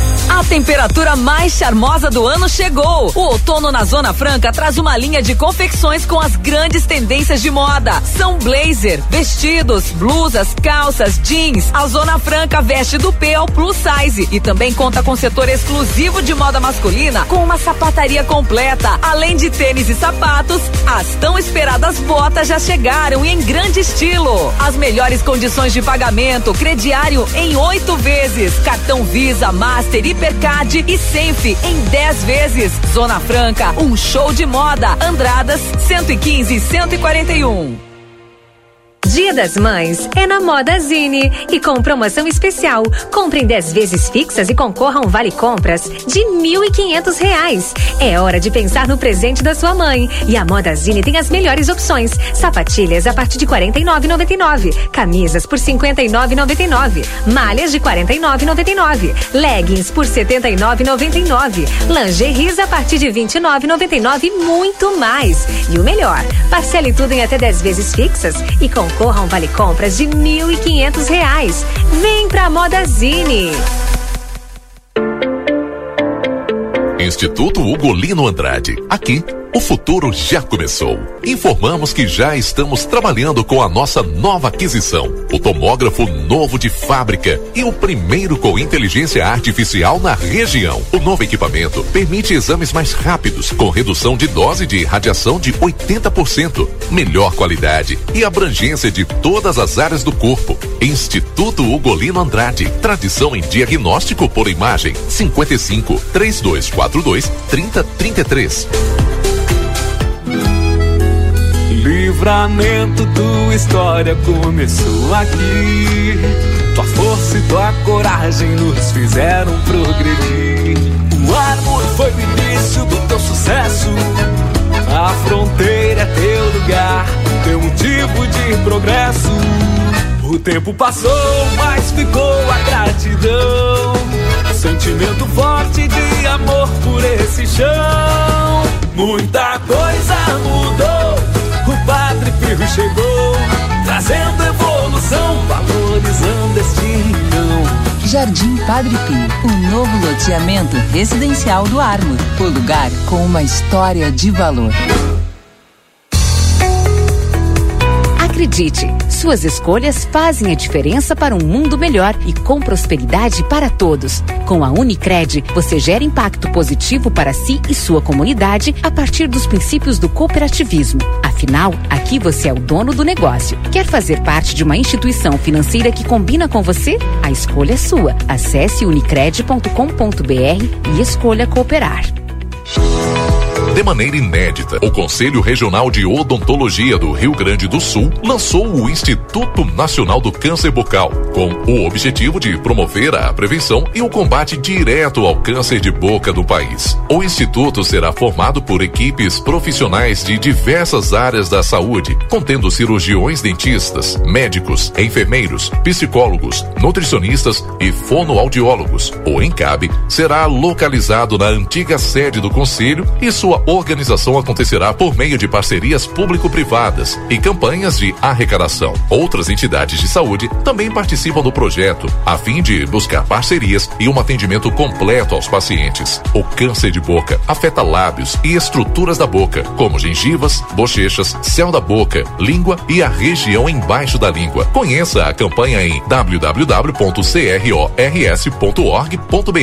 A temperatura mais charmosa do ano chegou. O outono na Zona Franca traz uma linha de confecções com as grandes tendências de moda. São blazer, vestidos, blusas, calças, jeans. A Zona Franca veste do P ao plus size e também conta com setor exclusivo de moda masculina com uma sapataria completa. Além de tênis e sapatos, as tão esperadas botas já chegaram e em grande estilo. As melhores condições de pagamento, crediário em 8 vezes, cartão Visa, Master, Hipercard e Senf em 10 vezes. Zona Franca, um show de moda. Andradas 115 e 141. Dia das Mães é na Moda Zine e com promoção especial. Compre em 10 vezes fixas e concorra a um vale compras de R$1.500. É hora de pensar no presente da sua mãe. E a Moda Zine tem as melhores opções. Sapatilhas a partir de R$ 49,99. Camisas por R$ 59,99. Malhas de R$ 49,99. Leggings por R$ 79,99. Lingeries a partir de R$ 29,99 e muito mais. E o melhor, parcele tudo em até 10 vezes fixas e concorra a um vale compras de R$1.500. Vem pra Moda Zine. Instituto Ugolino Andrade. Aqui, o futuro já começou. Informamos que já estamos trabalhando com a nossa nova aquisição, o tomógrafo novo de fábrica e o primeiro com inteligência artificial na região. O novo equipamento permite exames mais rápidos, com redução de dose de radiação de 80%, melhor qualidade e abrangência de todas as áreas do corpo. Instituto Ugolino Andrade, tradição em diagnóstico por imagem. 55 3242 3033. Livramento, tua história começou aqui. Tua força e tua coragem nos fizeram progredir. O Armor foi o início do teu sucesso. A fronteira é teu lugar, teu motivo de progresso. O tempo passou, mas ficou a gratidão. Sentimento forte de amor por esse chão. Muita coisa mudou. O Padre Pio chegou, trazendo evolução, valorizando este rincão. Jardim Padre Pio, o novo loteamento residencial do Armor. O lugar com uma história de valor. Acredite, suas escolhas fazem a diferença para um mundo melhor e com prosperidade para todos. Com a Unicred, você gera impacto positivo para si e sua comunidade a partir dos princípios do cooperativismo. Afinal, aqui você é o dono do negócio. Quer fazer parte de uma instituição financeira que combina com você? A escolha é sua. Acesse unicred.com.br e escolha cooperar. De maneira inédita, o Conselho Regional de Odontologia do Rio Grande do Sul lançou o Instituto Nacional do Câncer Bucal, com o objetivo de promover a prevenção e o combate direto ao câncer de boca do país. O Instituto será formado por equipes profissionais de diversas áreas da saúde, contendo cirurgiões dentistas, médicos, enfermeiros, psicólogos, nutricionistas e fonoaudiólogos. O ENCAB será localizado na antiga sede do Conselho e sua organização acontecerá por meio de parcerias público-privadas e campanhas de arrecadação. Outras entidades de saúde também participam do projeto, a fim de buscar parcerias e um atendimento completo aos pacientes. O câncer de boca afeta lábios e estruturas da boca, como gengivas, bochechas, céu da boca, língua e a região embaixo da língua. Conheça a campanha em www.crors.org.br.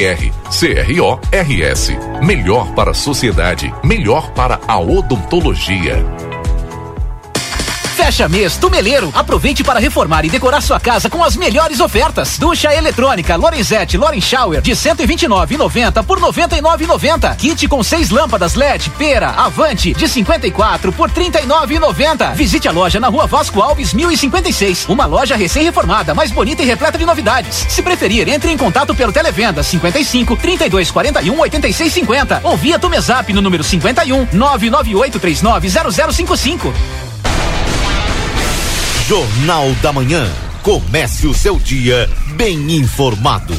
CRORS. Melhor para a sociedade, melhor para a odontologia. Fecha mês Tumeleiro. Aproveite para reformar e decorar sua casa com as melhores ofertas. Ducha eletrônica Lorenzetti Loren Shower de R$ 129,90 por R$ 99,90. Kit com 6 lâmpadas LED Pera Avante de 54 por R$ 39,90. Visite a loja na Rua Vasco Alves 1056. Uma loja recém-reformada, mais bonita e repleta de novidades. Se preferir, entre em contato pelo Televenda 55 3241 8650 ou via Tumezap no número 51 99839 0055. Jornal da Manhã. Comece o seu dia bem informado.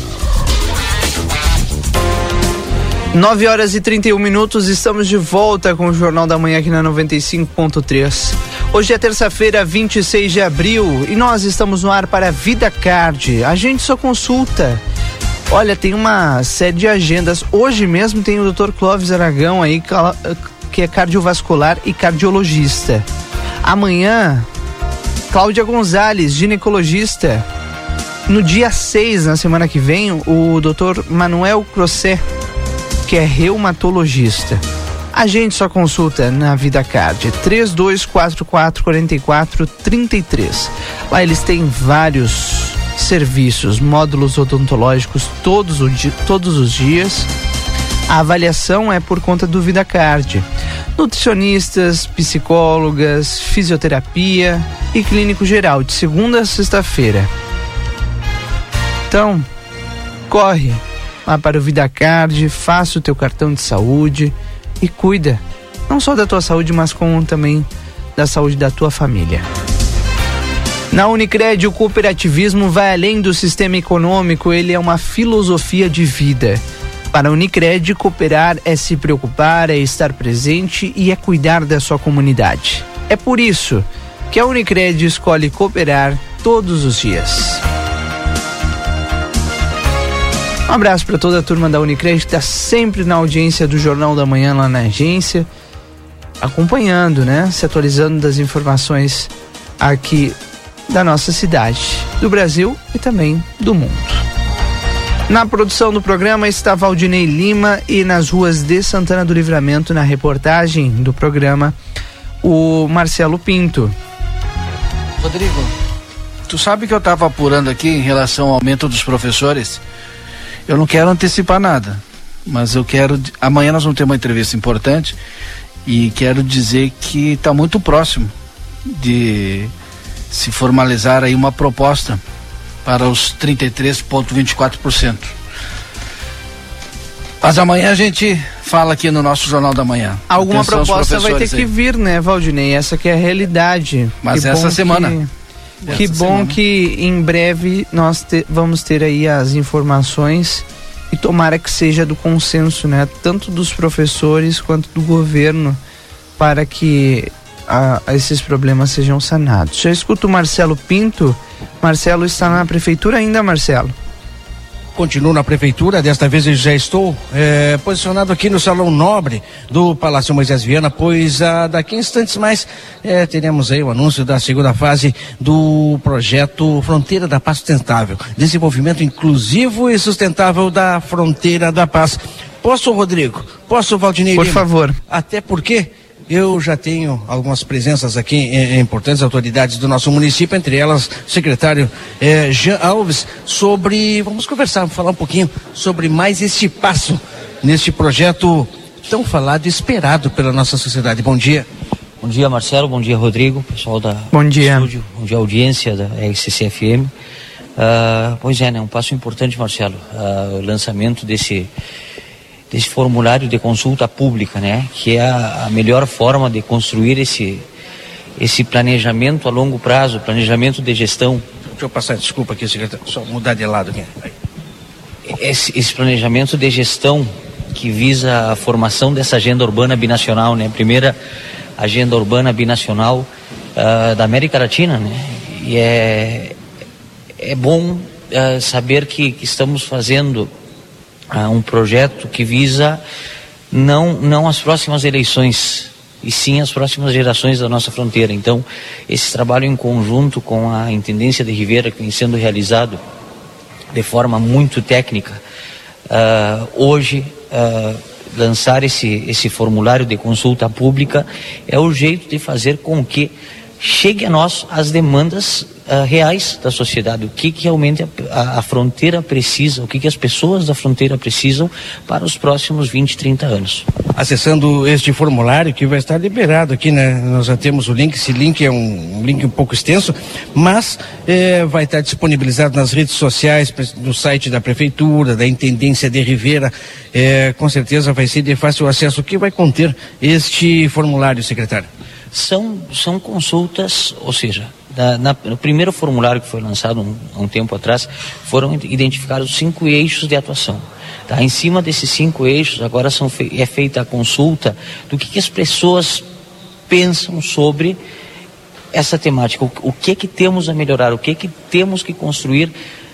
9h31, estamos de volta com o Jornal da Manhã aqui na 95.3. Hoje é terça-feira, 26 de abril, e nós estamos no ar para a Vida Card. Agende sua consulta. Olha, tem uma série de agendas. Hoje mesmo tem o Dr. Clóvis Aragão aí, que é cardiovascular e cardiologista. Amanhã, Cláudia Gonzalez, ginecologista. No dia 6, na semana que vem, o Dr. Manuel Crosset, que é reumatologista. Agende sua consulta na VidaCard, 3244-4433. Lá eles têm vários serviços, módulos odontológicos todos os dias. A avaliação é por conta do VidaCard. Nutricionistas, psicólogas, fisioterapia e clínico geral, de segunda a sexta-feira. Então, corre lá para o VidaCard, faça o teu cartão de saúde e cuida, não só da tua saúde, mas como também da saúde da tua família. Na Unicred, o cooperativismo vai além do sistema econômico, ele é uma filosofia de vida. Para a Unicred, cooperar é se preocupar, é estar presente e é cuidar da sua comunidade. É por isso que a Unicred escolhe cooperar todos os dias. Um abraço para toda a turma da Unicred que está sempre na audiência do Jornal da Manhã lá na agência, acompanhando, né? Se atualizando das informações aqui da nossa cidade, do Brasil e também do mundo. Na produção do programa está Valdinei Lima e nas ruas de Santana do Livramento, na reportagem do programa, o Marcelo Pinto. Rodrigo, tu sabe que eu estava apurando aqui em relação ao aumento dos professores? Eu não quero antecipar nada, mas eu quero... Amanhã nós vamos ter uma entrevista importante e quero dizer que está muito próximo de se formalizar aí uma proposta para os 33,24%. Mas amanhã a gente fala aqui no nosso Jornal da Manhã. Alguma Atenção, proposta vai ter que vir, né, Valdinei? Essa que é a realidade. Mas essa semana... Que bom que em breve nós vamos ter aí as informações e tomara que seja do consenso, né? Tanto dos professores quanto do governo, para que esses problemas sejam sanados. Já escuto o Marcelo Pinto. Marcelo está na prefeitura ainda, Marcelo? Continuo na prefeitura, desta vez eu já estou posicionado aqui no Salão Nobre do Palácio Moisés Viana, pois daqui a instantes mais teremos aí o anúncio da segunda fase do projeto Fronteira da Paz Sustentável, desenvolvimento inclusivo e sustentável da Fronteira da Paz. Posso, Rodrigo? Posso, Valdinei Lima? Por favor. Até porque eu já tenho algumas presenças aqui, importantes autoridades do nosso município, entre elas o secretário Jean Alves, vamos conversar, falar um pouquinho sobre mais este passo neste projeto tão falado e esperado pela nossa sociedade. Bom dia. Bom dia, Marcelo, bom dia, Rodrigo, pessoal bom dia. Estúdio, bom dia, audiência da RCC-FM. Pois é, né, um passo importante, Marcelo, o lançamento desse formulário de consulta pública, né, que é a melhor forma de construir esse planejamento a longo prazo, planejamento de gestão. Deixa eu passar, desculpa aqui, secretário, só mudar de lado aqui. Esse planejamento de gestão que visa a formação dessa agenda urbana binacional, né, primeira agenda urbana binacional da América Latina, né, e é bom saber que estamos fazendo um projeto que visa não as próximas eleições, e sim as próximas gerações da nossa fronteira. Então, esse trabalho em conjunto com a Intendência de Rivera, que vem sendo realizado de forma muito técnica, hoje lançar esse formulário de consulta pública é o jeito de fazer com que chegue a nós as demandas reais da sociedade, o que realmente a fronteira precisa, o que as pessoas da fronteira precisam para os próximos 20, 30 anos. Acessando este formulário, que vai estar liberado aqui, né? Nós já temos o link, esse link é um link um pouco extenso, mas vai estar disponibilizado nas redes sociais, no site da Prefeitura, da Intendência de Rivera, com certeza vai ser de fácil acesso. O que vai conter este formulário, secretário? São consultas, ou seja, no primeiro formulário que foi lançado há um tempo atrás, foram identificados 5 eixos de atuação. Tá? Em cima desses 5 eixos, agora é feita a consulta do que as pessoas pensam sobre essa temática, o que temos a melhorar, o que temos que construir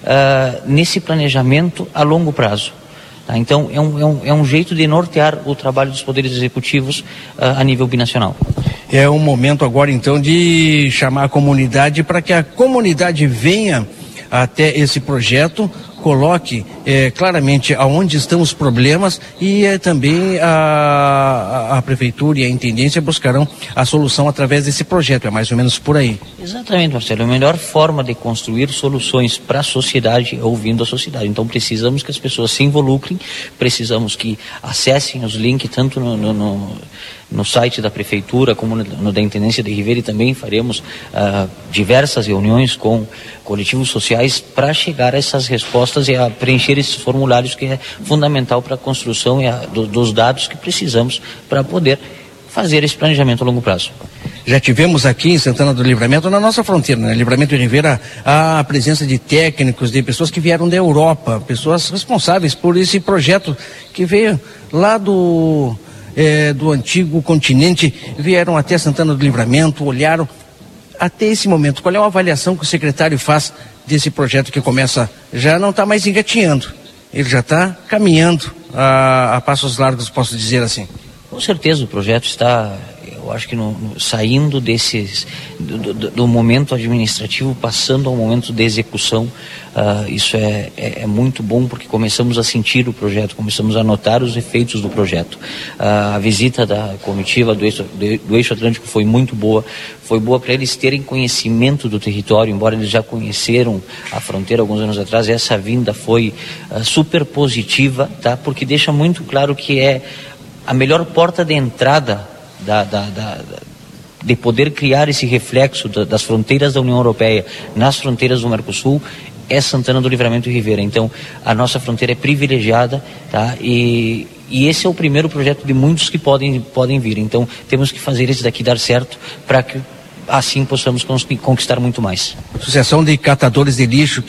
nesse planejamento a longo prazo. Tá? Então, é um jeito de nortear o trabalho dos poderes executivos a nível binacional. É um momento agora, então, de chamar a comunidade para que a comunidade venha até esse projeto, coloque claramente aonde estão os problemas e também a prefeitura e a intendência buscarão a solução através desse projeto, é mais ou menos por aí. Exatamente, Marcelo, a melhor forma de construir soluções para a sociedade é ouvindo a sociedade, então precisamos que as pessoas se involucrem, precisamos que acessem os links tanto no site da prefeitura como no da intendência de Ribeira, e também faremos diversas reuniões com coletivos sociais para chegar a essas respostas e a preencher esses formulários, que é fundamental para a construção dos dados que precisamos para poder fazer esse planejamento a longo prazo. Já tivemos aqui em Santana do Livramento, na nossa fronteira, né? Livramento e Ribeira, a presença de técnicos, de pessoas que vieram da Europa, pessoas responsáveis por esse projeto que veio lá do antigo continente, vieram até Santana do Livramento, olharam até esse momento. Qual é a avaliação que o secretário faz desse projeto que começa, já não está mais engatinhando, ele já está caminhando a passos largos, posso dizer assim? Com certeza o projeto está, eu acho que saindo do momento administrativo, passando ao momento de execução. Isso é muito bom, porque começamos a sentir o projeto, começamos a notar os efeitos do projeto. A visita da comitiva do Eixo Atlântico foi muito boa, foi boa para eles terem conhecimento do território, embora eles já conheceram a fronteira alguns anos atrás. Essa vinda foi super positiva, tá? Porque deixa muito claro que é a melhor porta de entrada de poder criar esse reflexo das fronteiras da União Europeia nas fronteiras do Mercosul, é Santana do Livramento e Ribeira. Então, a nossa fronteira é privilegiada, tá? E esse é o primeiro projeto de muitos que podem vir. Então, temos que fazer esse daqui dar certo para que assim possamos conquistar muito mais. Associação de catadores de lixo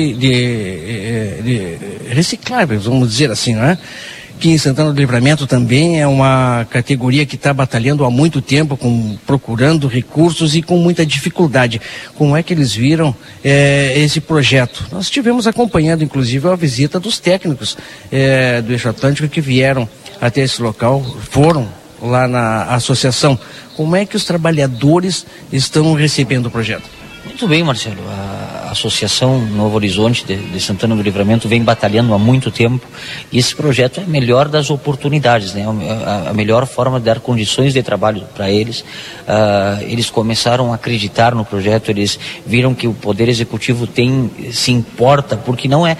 de recicláveis, vamos dizer assim, não é? Que em Santana do Livramento também é uma categoria que está batalhando há muito tempo, procurando recursos e com muita dificuldade. Como é que eles viram esse projeto? Nós estivemos acompanhando, inclusive, a visita dos técnicos do Eixo Atlântico que vieram até esse local, foram lá na associação. Como é que os trabalhadores estão recebendo o projeto? Muito bem, Marcelo. A Associação Novo Horizonte de Santana do Livramento vem batalhando há muito tempo, e esse projeto é a melhor das oportunidades, né? A melhor forma de dar condições de trabalho para eles. Eles começaram a acreditar no projeto, eles viram que o Poder Executivo se importa, porque não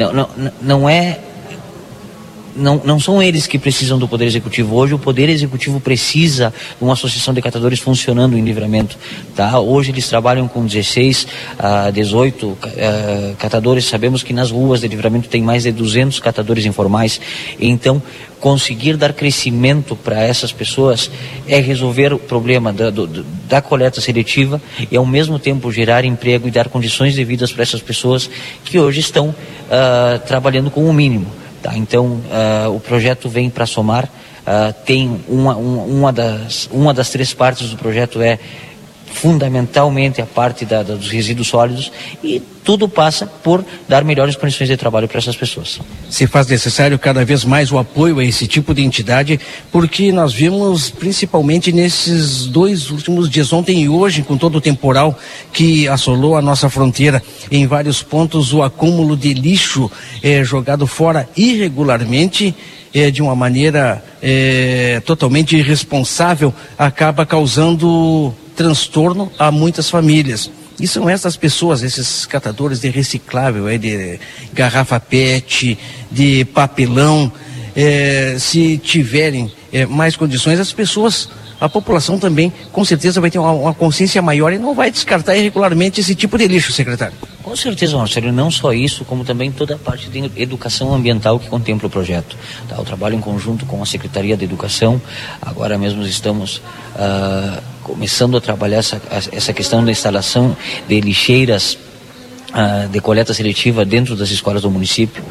são eles que precisam do Poder Executivo. Hoje o Poder Executivo precisa de uma associação de catadores funcionando em Livramento, tá? Hoje eles trabalham com 16 a 18 catadores. Sabemos que nas ruas de Livramento tem mais de 200 catadores informais. Então, conseguir dar crescimento para essas pessoas é resolver o problema da coleta seletiva e, ao mesmo tempo, gerar emprego e dar condições de vida para essas pessoas que hoje estão trabalhando com o mínimo. Tá, então, o projeto vem para somar. Tem uma das três partes do projeto é fundamentalmente a parte dos resíduos sólidos, e tudo passa por dar melhores condições de trabalho para essas pessoas. Se faz necessário cada vez mais o apoio a esse tipo de entidade, porque nós vimos principalmente nesses 2 últimos dias, ontem e hoje, com todo o temporal que assolou a nossa fronteira, em vários pontos o acúmulo de lixo jogado fora irregularmente, de uma maneira totalmente irresponsável, acaba causando transtorno a muitas famílias. E são essas pessoas, esses catadores de reciclável, de garrafa PET, de papelão, se tiverem mais condições, as pessoas, a população também, com certeza vai ter uma consciência maior e não vai descartar irregularmente esse tipo de lixo, secretário. Com certeza, Marcelo, não só isso, como também toda a parte de educação ambiental que contempla o projeto. Tá? O trabalho em conjunto com a Secretaria de Educação, agora mesmo estamos começando a trabalhar essa questão da instalação de lixeiras de coleta seletiva dentro das escolas do município.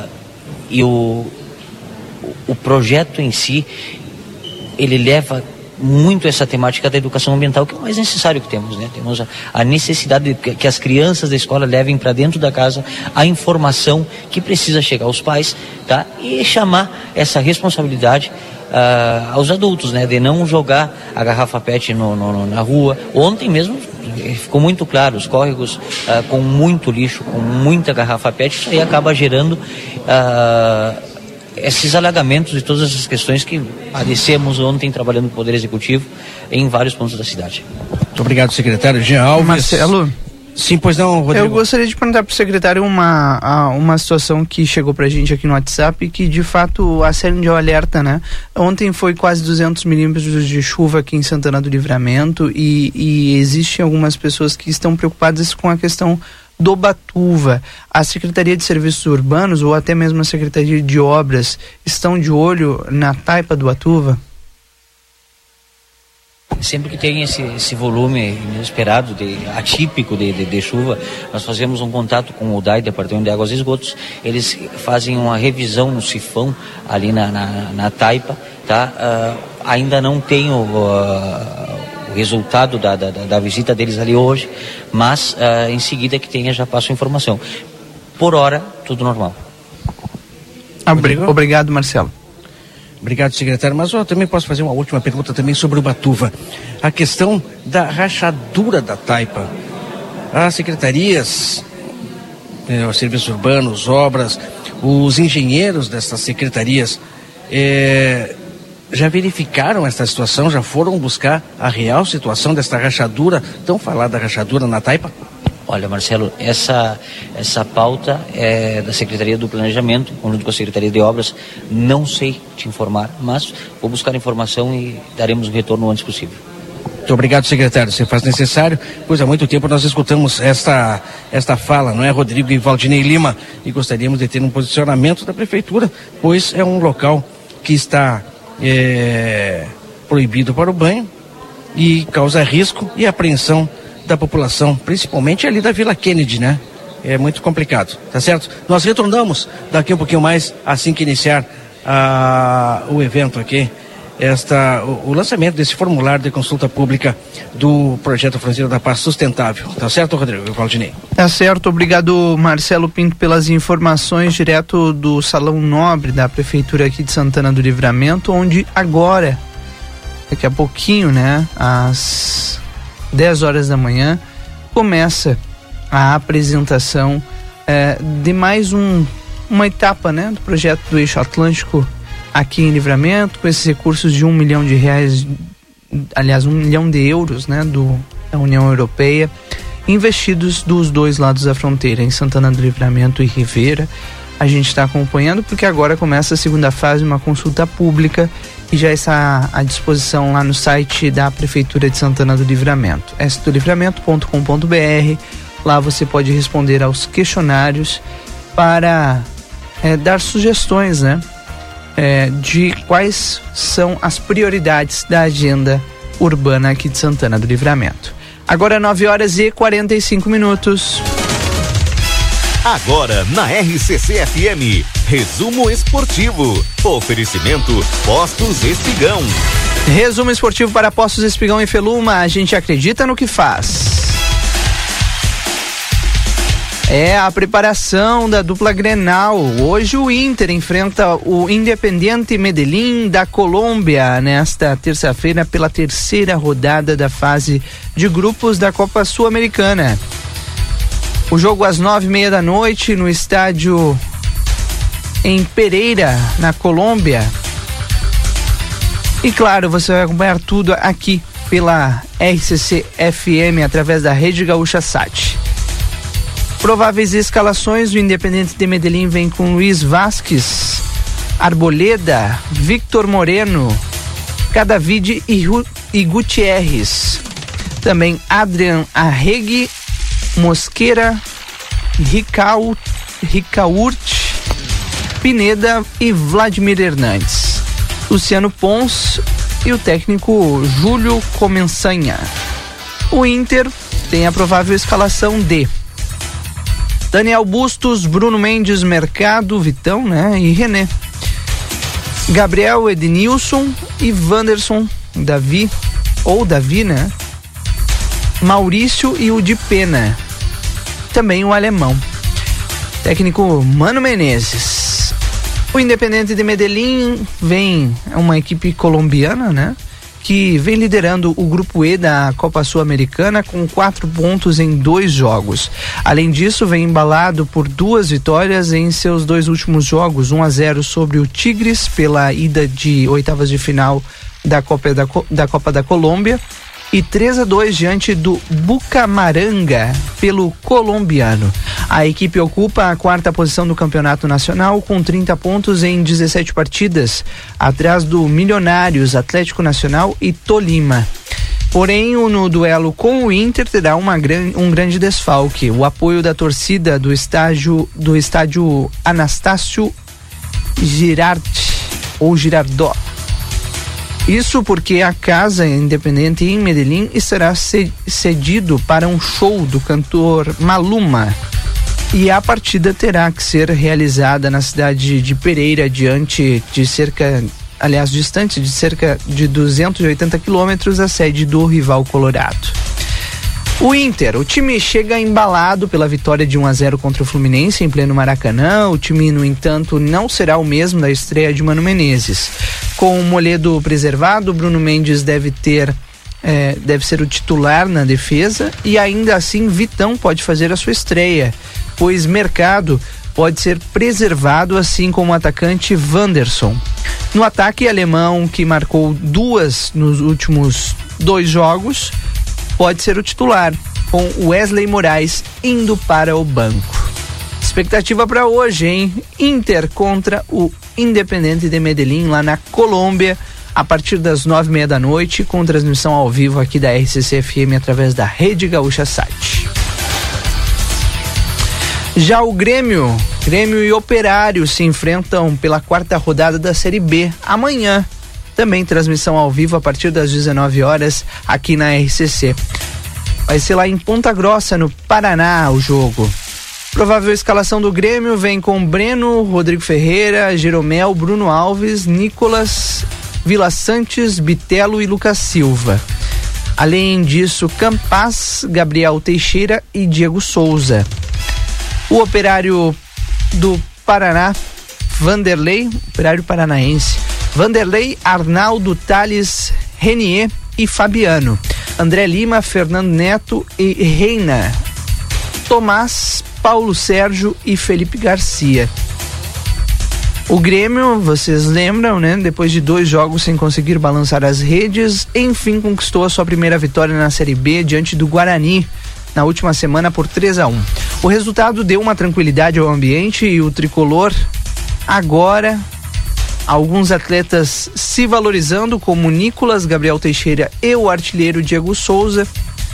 E o projeto em si, ele leva muito essa temática da educação ambiental, que é o mais necessário que temos, né? Temos a necessidade de que as crianças da escola levem para dentro da casa a informação que precisa chegar aos pais, tá? E chamar essa responsabilidade aos adultos, né? De não jogar a garrafa PET na rua. Ontem mesmo ficou muito claro, os córregos com muito lixo, com muita garrafa PET, isso aí acaba gerando esses alagamentos e todas essas questões que padecemos ontem trabalhando com o Poder Executivo em vários pontos da cidade. Muito obrigado, secretário Jean Alves. Marcelo. Sim, pois não, Rodrigo. Eu gostaria de perguntar para o secretário uma situação que chegou para a gente aqui no WhatsApp, que de fato acende o alerta, né? Ontem foi quase 200 milímetros de chuva aqui em Santana do Livramento e existem algumas pessoas que estão preocupadas com a questão do Batuva. A Secretaria de Serviços Urbanos ou até mesmo a Secretaria de Obras estão de olho na taipa do Batuva? Sempre que tem esse volume inesperado, atípico de chuva, nós fazemos um contato com o DAI, Departamento de Águas e Esgotos. Eles fazem uma revisão no sifão ali na taipa, tá? Ainda não tem o resultado da visita deles ali hoje, mas em seguida que tenha já passo a informação. Por hora, tudo normal. Obrigado, Marcelo. Obrigado, secretário. Mas eu também posso fazer uma última pergunta também sobre o Batuva. A questão da rachadura da taipa. As secretarias, os serviços urbanos, obras, os engenheiros dessas secretarias já verificaram esta situação? Já foram buscar a real situação desta rachadura, tão falada rachadura na taipa? Olha, Marcelo, essa pauta é da Secretaria do Planejamento, junto com a Secretaria de Obras. Não sei te informar, mas vou buscar informação e daremos um retorno o antes possível. Muito obrigado, secretário. Você faz necessário, pois há muito tempo nós escutamos esta fala, não é, Rodrigo e Valdinei Lima? E gostaríamos de ter um posicionamento da Prefeitura, pois é um local que está proibido para o banho e causa risco e apreensão da população, principalmente ali da Vila Kennedy, né? É muito complicado, tá certo? Nós retornamos daqui um pouquinho mais, assim que iniciar o evento aqui, o lançamento desse formulário de consulta pública do projeto Fronteira da Paz Sustentável. Tá certo, Rodrigo e Valdinei? Tá certo, obrigado, Marcelo Pinto, pelas informações direto do Salão Nobre da Prefeitura aqui de Santana do Livramento, onde agora, daqui a pouquinho, né, às 10 horas da manhã, começa a apresentação de mais uma etapa, né, do projeto do Eixo Atlântico aqui em Livramento, com esses recursos de R$1 milhão, aliás, 1 milhão de euros, né, da União Europeia, investidos dos dois lados da fronteira, em Santana do Livramento e Rivera. A gente está acompanhando porque agora começa a segunda fase, uma consulta pública, e já está à disposição lá no site da Prefeitura de Santana do Livramento, sdolivramento.com.br. Lá você pode responder aos questionários para dar sugestões, né, de quais são as prioridades da agenda urbana aqui de Santana do Livramento. Agora 9h45. Agora na RCC FM, resumo esportivo. Oferecimento Postos Espigão. Resumo esportivo para Postos Espigão e Feluma. A gente acredita no que faz. É a preparação da dupla Grenal. Hoje o Inter enfrenta o Independiente Medellín da Colômbia nesta terça-feira pela terceira rodada da fase de grupos da Copa Sul-Americana. O jogo às 9h30 da noite no estádio em Pereira, na Colômbia. E claro, você vai acompanhar tudo aqui pela RCC FM através da Rede Gaúcha Sat. Prováveis escalações: o Independente de Medellín vem com Luiz Vasquez, Arboleda, Victor Moreno, Cadavid e Gutierrez. Também Adrian Arregui, Mosqueira, Ricaurt, Pineda e Vladimir Hernandes. Luciano Pons e o técnico Júlio Comensanha. O Inter tem a provável escalação de Daniel Bustos, Bruno Mendes, Mercado, Vitão, né, e René. Gabriel, Ednilson e Wanderson Davi, né? Maurício e o de Pena. Também o alemão. Técnico Mano Menezes. O Independente de Medellín é uma equipe colombiana, né? Que vem liderando o Grupo E da Copa Sul-Americana com 4 pontos em 2 jogos. Além disso, vem embalado por 2 vitórias em seus 2 últimos jogos, 1-0 sobre o Tigres pela ida de oitavas de final da Copa da Colômbia e 3-2 diante do Bucaramanga pelo colombiano. A equipe ocupa a 4ª posição do Campeonato Nacional com 30 pontos em 17 partidas, atrás do Milionários, Atlético Nacional e Tolima. Porém, no duelo com o Inter terá um grande desfalque, o apoio da torcida do estádio Anastácio Girardot. Isso porque a Casa Independente em Medellín estará cedido para um show do cantor Maluma. E a partida terá que ser realizada na cidade de Pereira, distante de cerca de 280 quilômetros da sede do rival colorado. O Inter, o time chega embalado pela vitória de 1-0 contra o Fluminense em pleno Maracanã. O time, no entanto, não será o mesmo da estreia de Mano Menezes. Com o Moledo preservado, Bruno Mendes deve ser o titular na defesa e ainda assim Vitão pode fazer a sua estreia, pois Mercado pode ser preservado, assim como o atacante Wanderson. No ataque, alemão, que marcou 2 nos últimos 2 jogos, pode ser o titular, com Wesley Moraes indo para o banco. Expectativa para hoje, hein? Inter contra o Independente de Medellín, lá na Colômbia, a partir das 9h30 da noite, com transmissão ao vivo aqui da RCC FM através da Rede Gaúcha Site. Já o Grêmio e Operário se enfrentam pela 4ª rodada da Série B amanhã. Também transmissão ao vivo a partir das 19 horas aqui na RCC. Vai ser lá em Ponta Grossa, no Paraná, o jogo. Provável escalação do Grêmio vem com Breno, Rodrigo Ferreira, Jeromel, Bruno Alves, Nicolas, Vila Santos, Bitelo e Lucas Silva. Além disso, Campas, Gabriel Teixeira e Diego Souza. O Operário do Paraná, Operário Paranaense, Vanderlei, Arnaldo, Thales, Renier e Fabiano. André Lima, Fernando Neto e Reina. Tomás, Paulo Sérgio e Felipe Garcia. O Grêmio, vocês lembram, né? Depois de 2 jogos sem conseguir balançar as redes, enfim conquistou a sua primeira vitória na Série B diante do Guarani na última semana por 3-1. O resultado deu uma tranquilidade ao ambiente e o tricolor agora, alguns atletas se valorizando, como Nicolas, Gabriel Teixeira e o artilheiro Diego Souza,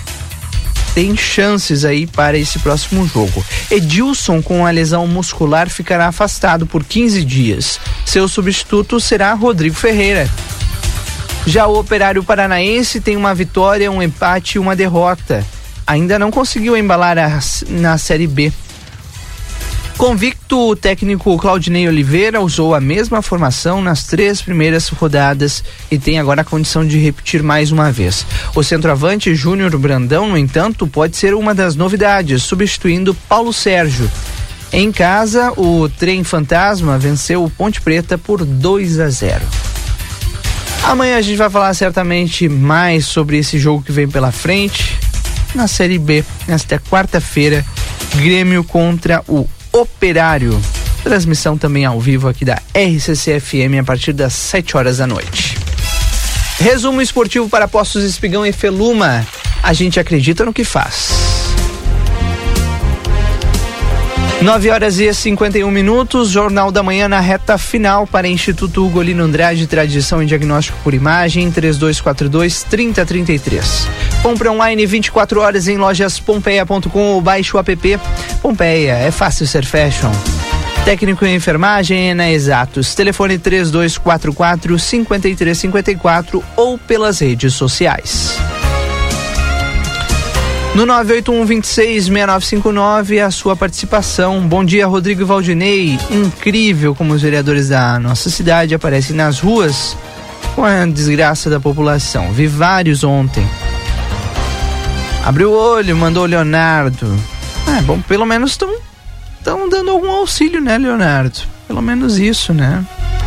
tem chances aí para esse próximo jogo. Edilson, com a lesão muscular, ficará afastado por 15 dias. Seu substituto será Rodrigo Ferreira. Já o Operário Paranaense tem uma vitória, um empate e uma derrota. Ainda não conseguiu embalar na Série B. Convicto, o técnico Claudinei Oliveira usou a mesma formação nas 3 primeiras rodadas e tem agora a condição de repetir mais uma vez. O centroavante Júnior Brandão, no entanto, pode ser uma das novidades, substituindo Paulo Sérgio. Em casa, o Trem Fantasma venceu o Ponte Preta por 2-0. Amanhã a gente vai falar certamente mais sobre esse jogo que vem pela frente na Série B, nesta quarta-feira, Grêmio contra o Operário. Transmissão também ao vivo aqui da RCC FM a partir das 7 horas da noite. Resumo esportivo para Postos Espigão e Feluma. A gente acredita no que faz. 9h51, Jornal da Manhã na reta final para Instituto Ugolino Andrade, tradição em diagnóstico por imagem, 3242-3033. Compra online 24 horas em lojas pompeia.com ou baixe o app. Pompeia, é fácil ser fashion. Técnico em enfermagem é na Exatos. Telefone 3244-5354 ou pelas redes sociais. No 981266959, a sua participação. Bom dia, Rodrigo e Valdinei. Incrível como os vereadores da nossa cidade aparecem nas ruas com a desgraça da população. Vi vários ontem. Abriu o olho, mandou o Leonardo. Bom, pelo menos estão dando algum auxílio, né, Leonardo? Pelo menos isso, né?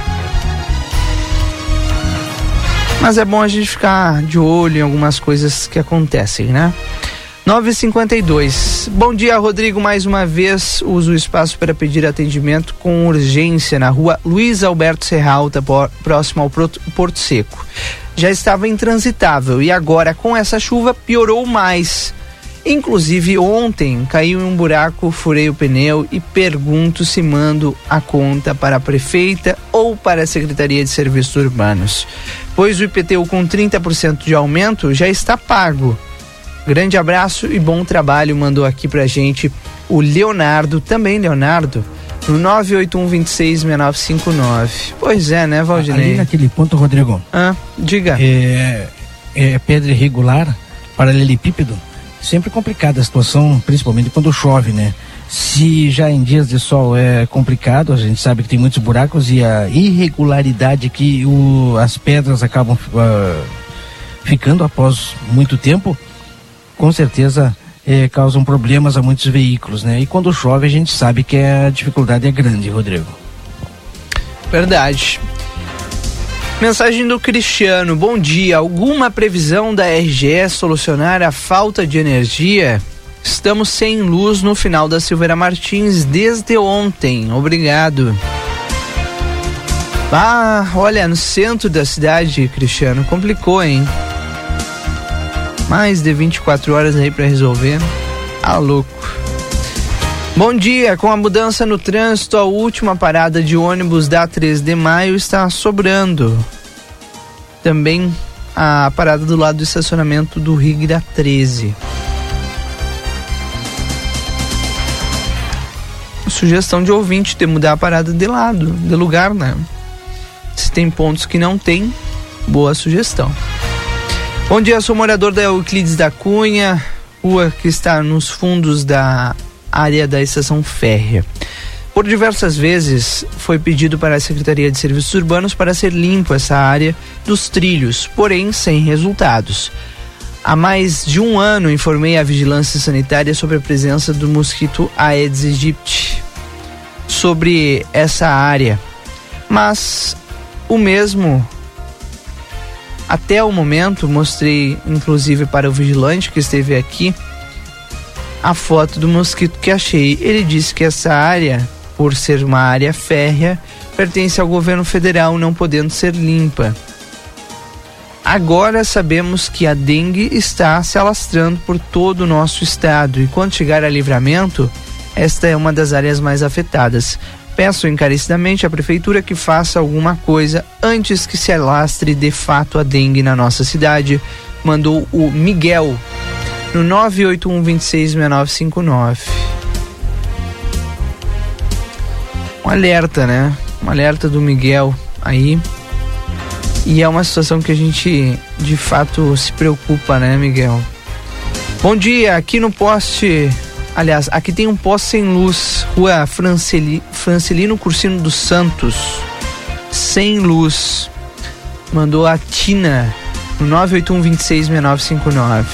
Mas é bom a gente ficar de olho em algumas coisas que acontecem, né? 9h52. Bom dia, Rodrigo. Mais uma vez uso o espaço para pedir atendimento com urgência na rua Luiz Alberto Serralta, próximo ao Porto Seco. Já estava intransitável e agora com essa chuva piorou mais. Inclusive ontem caiu em um buraco, furei o pneu e pergunto se mando a conta para a prefeita ou para a Secretaria de Serviços Urbanos, pois o IPTU com 30% de aumento já está pago. Grande abraço e bom trabalho, mandou aqui pra gente o Leonardo, também Leonardo, no 981266959. Pois é, né, Valdinei? Ali naquele ponto, Rodrigo. Diga. É pedra irregular, paralelepípedo, sempre complicada a situação, principalmente quando chove, né? Se já em dias de sol é complicado, a gente sabe que tem muitos buracos e a irregularidade que as pedras acabam ficando após muito tempo, com certeza causam problemas a muitos veículos, né? E quando chove a gente sabe que a dificuldade é grande, Rodrigo. Verdade. Mensagem do Cristiano: bom dia, alguma previsão da RGE solucionar a falta de energia? Estamos sem luz no final da Silveira Martins desde ontem, obrigado. Olha, no centro da cidade, Cristiano, complicou, hein? Mais de 24 horas aí pra resolver. Louco. Bom dia, com a mudança no trânsito, a última parada de ônibus da 3 de maio está sobrando. Também a parada do lado do estacionamento do Rig da 13. Sugestão de ouvinte de mudar a parada de lado, de lugar, né? Se tem pontos que não tem, boa sugestão. Bom dia, sou morador da Euclides da Cunha, rua que está nos fundos da área da estação férrea. Por diversas vezes foi pedido para a Secretaria de Serviços Urbanos para ser limpo essa área dos trilhos, porém sem resultados. Há mais de um ano informei a Vigilância Sanitária sobre a presença do mosquito Aedes aegypti sobre essa área, mas o mesmo, até o momento, mostrei inclusive para o vigilante que esteve aqui a foto do mosquito que achei. Ele disse que essa área, por ser uma área férrea, pertence ao governo federal, não podendo ser limpa. Agora sabemos que a dengue está se alastrando por todo o nosso estado e quando chegar a Livramento, esta é uma das áreas mais afetadas. Peço encarecidamente à prefeitura que faça alguma coisa antes que se alastre de fato a dengue na nossa cidade, mandou o Miguel no 981266959. Um alerta, né? Um alerta do Miguel aí. E é uma situação que a gente de fato se preocupa, né, Miguel? Bom dia, aqui no poste, aliás, aqui tem um poste sem luz, rua Francelino Cursino dos Santos, sem luz. Mandou a Tina no 981266959.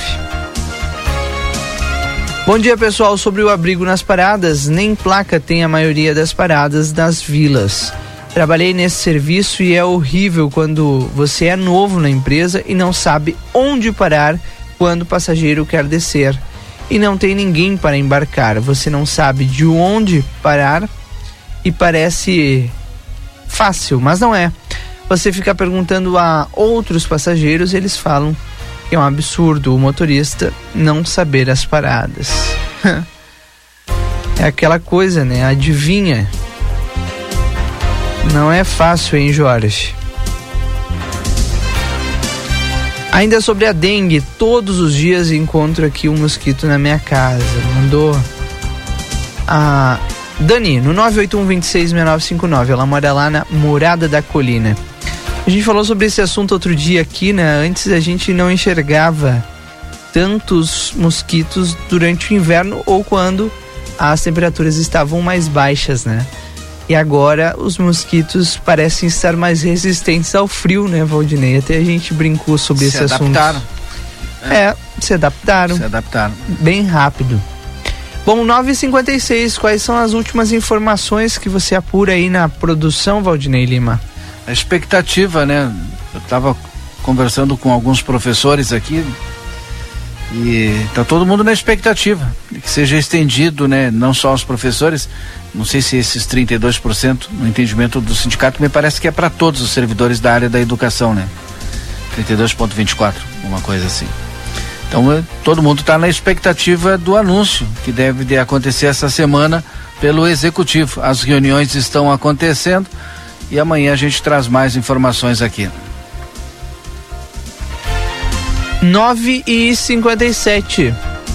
Bom dia, pessoal. Sobre o abrigo nas paradas, nem placa tem a maioria das paradas das vilas. Trabalhei nesse serviço e é horrível quando você é novo na empresa e não sabe onde parar quando o passageiro quer descer. E não tem ninguém para embarcar. Você não sabe de onde parar e parece fácil, mas não é. Você fica perguntando a outros passageiros e eles falam que é um absurdo o motorista não saber as paradas. É aquela coisa, né? Adivinha. Não é fácil, hein, Jorge? Ainda sobre a dengue, todos os dias encontro aqui um mosquito na minha casa. Mandou a Dani no 981266959. Ela mora lá na Morada da Colina. A gente falou sobre esse assunto outro dia aqui, né? Antes a gente não enxergava tantos mosquitos durante o inverno ou quando as temperaturas estavam mais baixas, né? E agora os mosquitos parecem estar mais resistentes ao frio, né, Valdinei? Até a gente brincou sobre esse assunto. Se adaptaram. Se adaptaram. Bem rápido. Bom, 9h56, quais são as últimas informações que você apura aí na produção, Valdinei Lima? A expectativa, né? Eu estava conversando com alguns professores aqui e tá todo mundo na expectativa de que seja estendido, né? Não só os professores, não sei se esses 32% no entendimento do sindicato, me parece que é para todos os servidores da área da educação, né? 32,24, uma coisa assim. Então todo mundo está na expectativa do anúncio que deve acontecer essa semana pelo executivo. As reuniões estão acontecendo e amanhã a gente traz mais informações aqui. 9h57.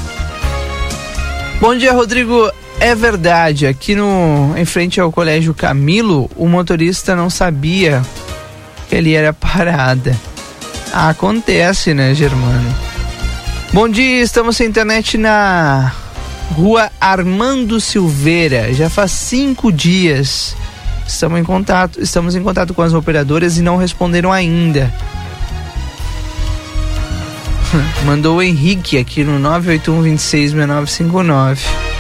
Bom dia, Rodrigo. É verdade, aqui em frente ao Colégio Camilo, o motorista não sabia que ele era parada. Acontece, né, Germano? Bom dia, estamos sem internet na rua Armando Silveira. Já faz 5 dias. Estamos em contato com as operadoras e não responderam ainda. Mandou o Henrique aqui no 981266959.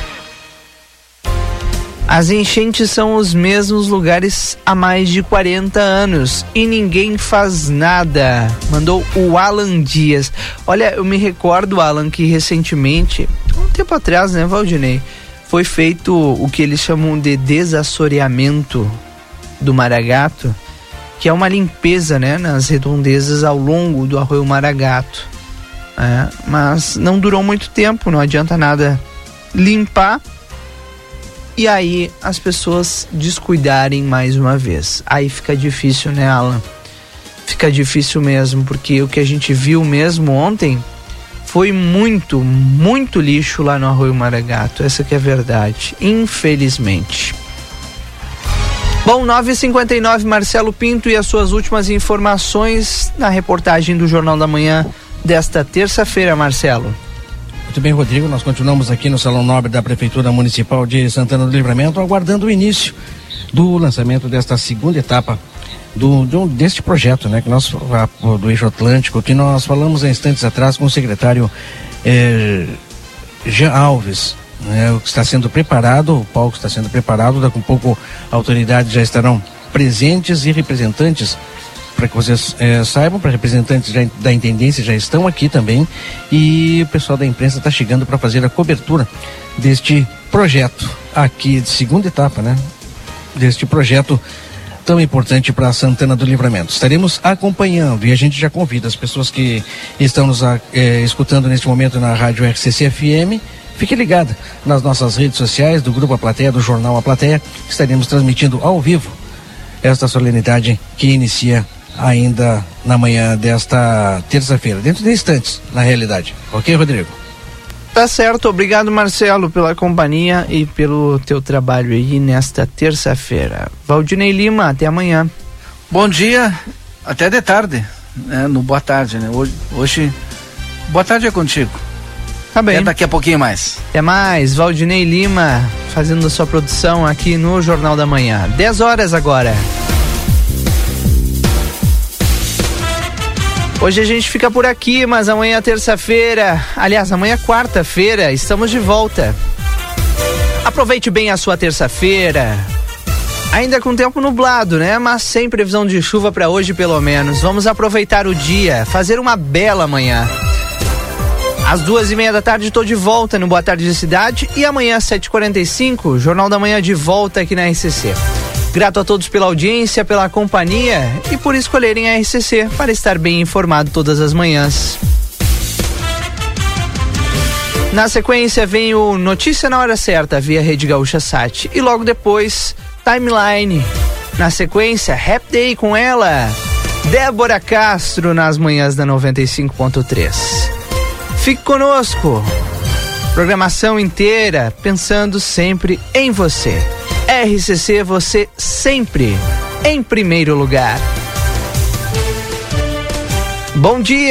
As enchentes são os mesmos lugares há mais de 40 anos e ninguém faz nada. Mandou o Alan Dias. Olha, eu me recordo, Alan, que recentemente, um tempo atrás, né, Valdinei, foi feito o que eles chamam de desassoreamento do Maragato, que é uma limpeza, né, nas redondezas ao longo do Arroio Maragato. Mas não durou muito tempo, não adianta nada limpar e aí as pessoas descuidarem mais uma vez. Aí fica difícil, né, Alan? Fica difícil mesmo, porque o que a gente viu mesmo ontem foi muito, muito lixo lá no Arroio Maragato. Essa que é a verdade, infelizmente. Bom, 9h59, Marcelo Pinto e as suas últimas informações na reportagem do Jornal da Manhã desta terça-feira, Marcelo. Muito bem, Rodrigo, nós continuamos aqui no Salão Nobre da Prefeitura Municipal de Santana do Livramento, aguardando o início do lançamento desta segunda etapa deste projeto, né, que do Eixo Atlântico, que nós falamos há instantes atrás com o secretário Jean Alves, né, o que está sendo preparado, o palco está sendo preparado, daqui a pouco autoridades já estarão presentes e representantes, para que vocês saibam, para representantes da intendência já estão aqui também e o pessoal da imprensa está chegando para fazer a cobertura deste projeto aqui, de segunda etapa, né? Deste projeto tão importante para Santana do Livramento. Estaremos acompanhando e a gente já convida as pessoas que estão nos escutando neste momento na rádio RCC FM. Fique ligada nas nossas redes sociais do Grupo A Plateia, do Jornal A Plateia. Estaremos transmitindo ao vivo esta solenidade que inicia ainda na manhã desta terça-feira, dentro de instantes, na realidade. Ok, Rodrigo? Tá certo, obrigado, Marcelo, pela companhia e pelo teu trabalho aí nesta terça-feira. Valdinei Lima, até amanhã. Bom dia, até de tarde, né? No boa tarde, né? Hoje, boa tarde é contigo. Tá bem. Até daqui a pouquinho mais. Até mais, Valdinei Lima, fazendo a sua produção aqui no Jornal da Manhã. 10 horas agora. Hoje a gente fica por aqui, mas amanhã terça-feira, aliás, amanhã quarta-feira, estamos de volta. Aproveite bem a sua terça-feira, ainda com tempo nublado, né? Mas sem previsão de chuva para hoje, pelo menos. Vamos aproveitar o dia, fazer uma bela manhã. Às 2:30 da tarde estou de volta no Boa Tarde Cidade e amanhã às 7h45, Jornal da Manhã de volta aqui na RCC. Grato a todos pela audiência, pela companhia e por escolherem a RCC para estar bem informado todas as manhãs. Na sequência vem o Notícia na Hora Certa via Rede Gaúcha Sat e logo depois Timeline. Na sequência, Happy Day com ela, Débora Castro nas manhãs da 95.3. Fique conosco. Programação inteira pensando sempre em você. RCC, você sempre em primeiro lugar. Bom dia.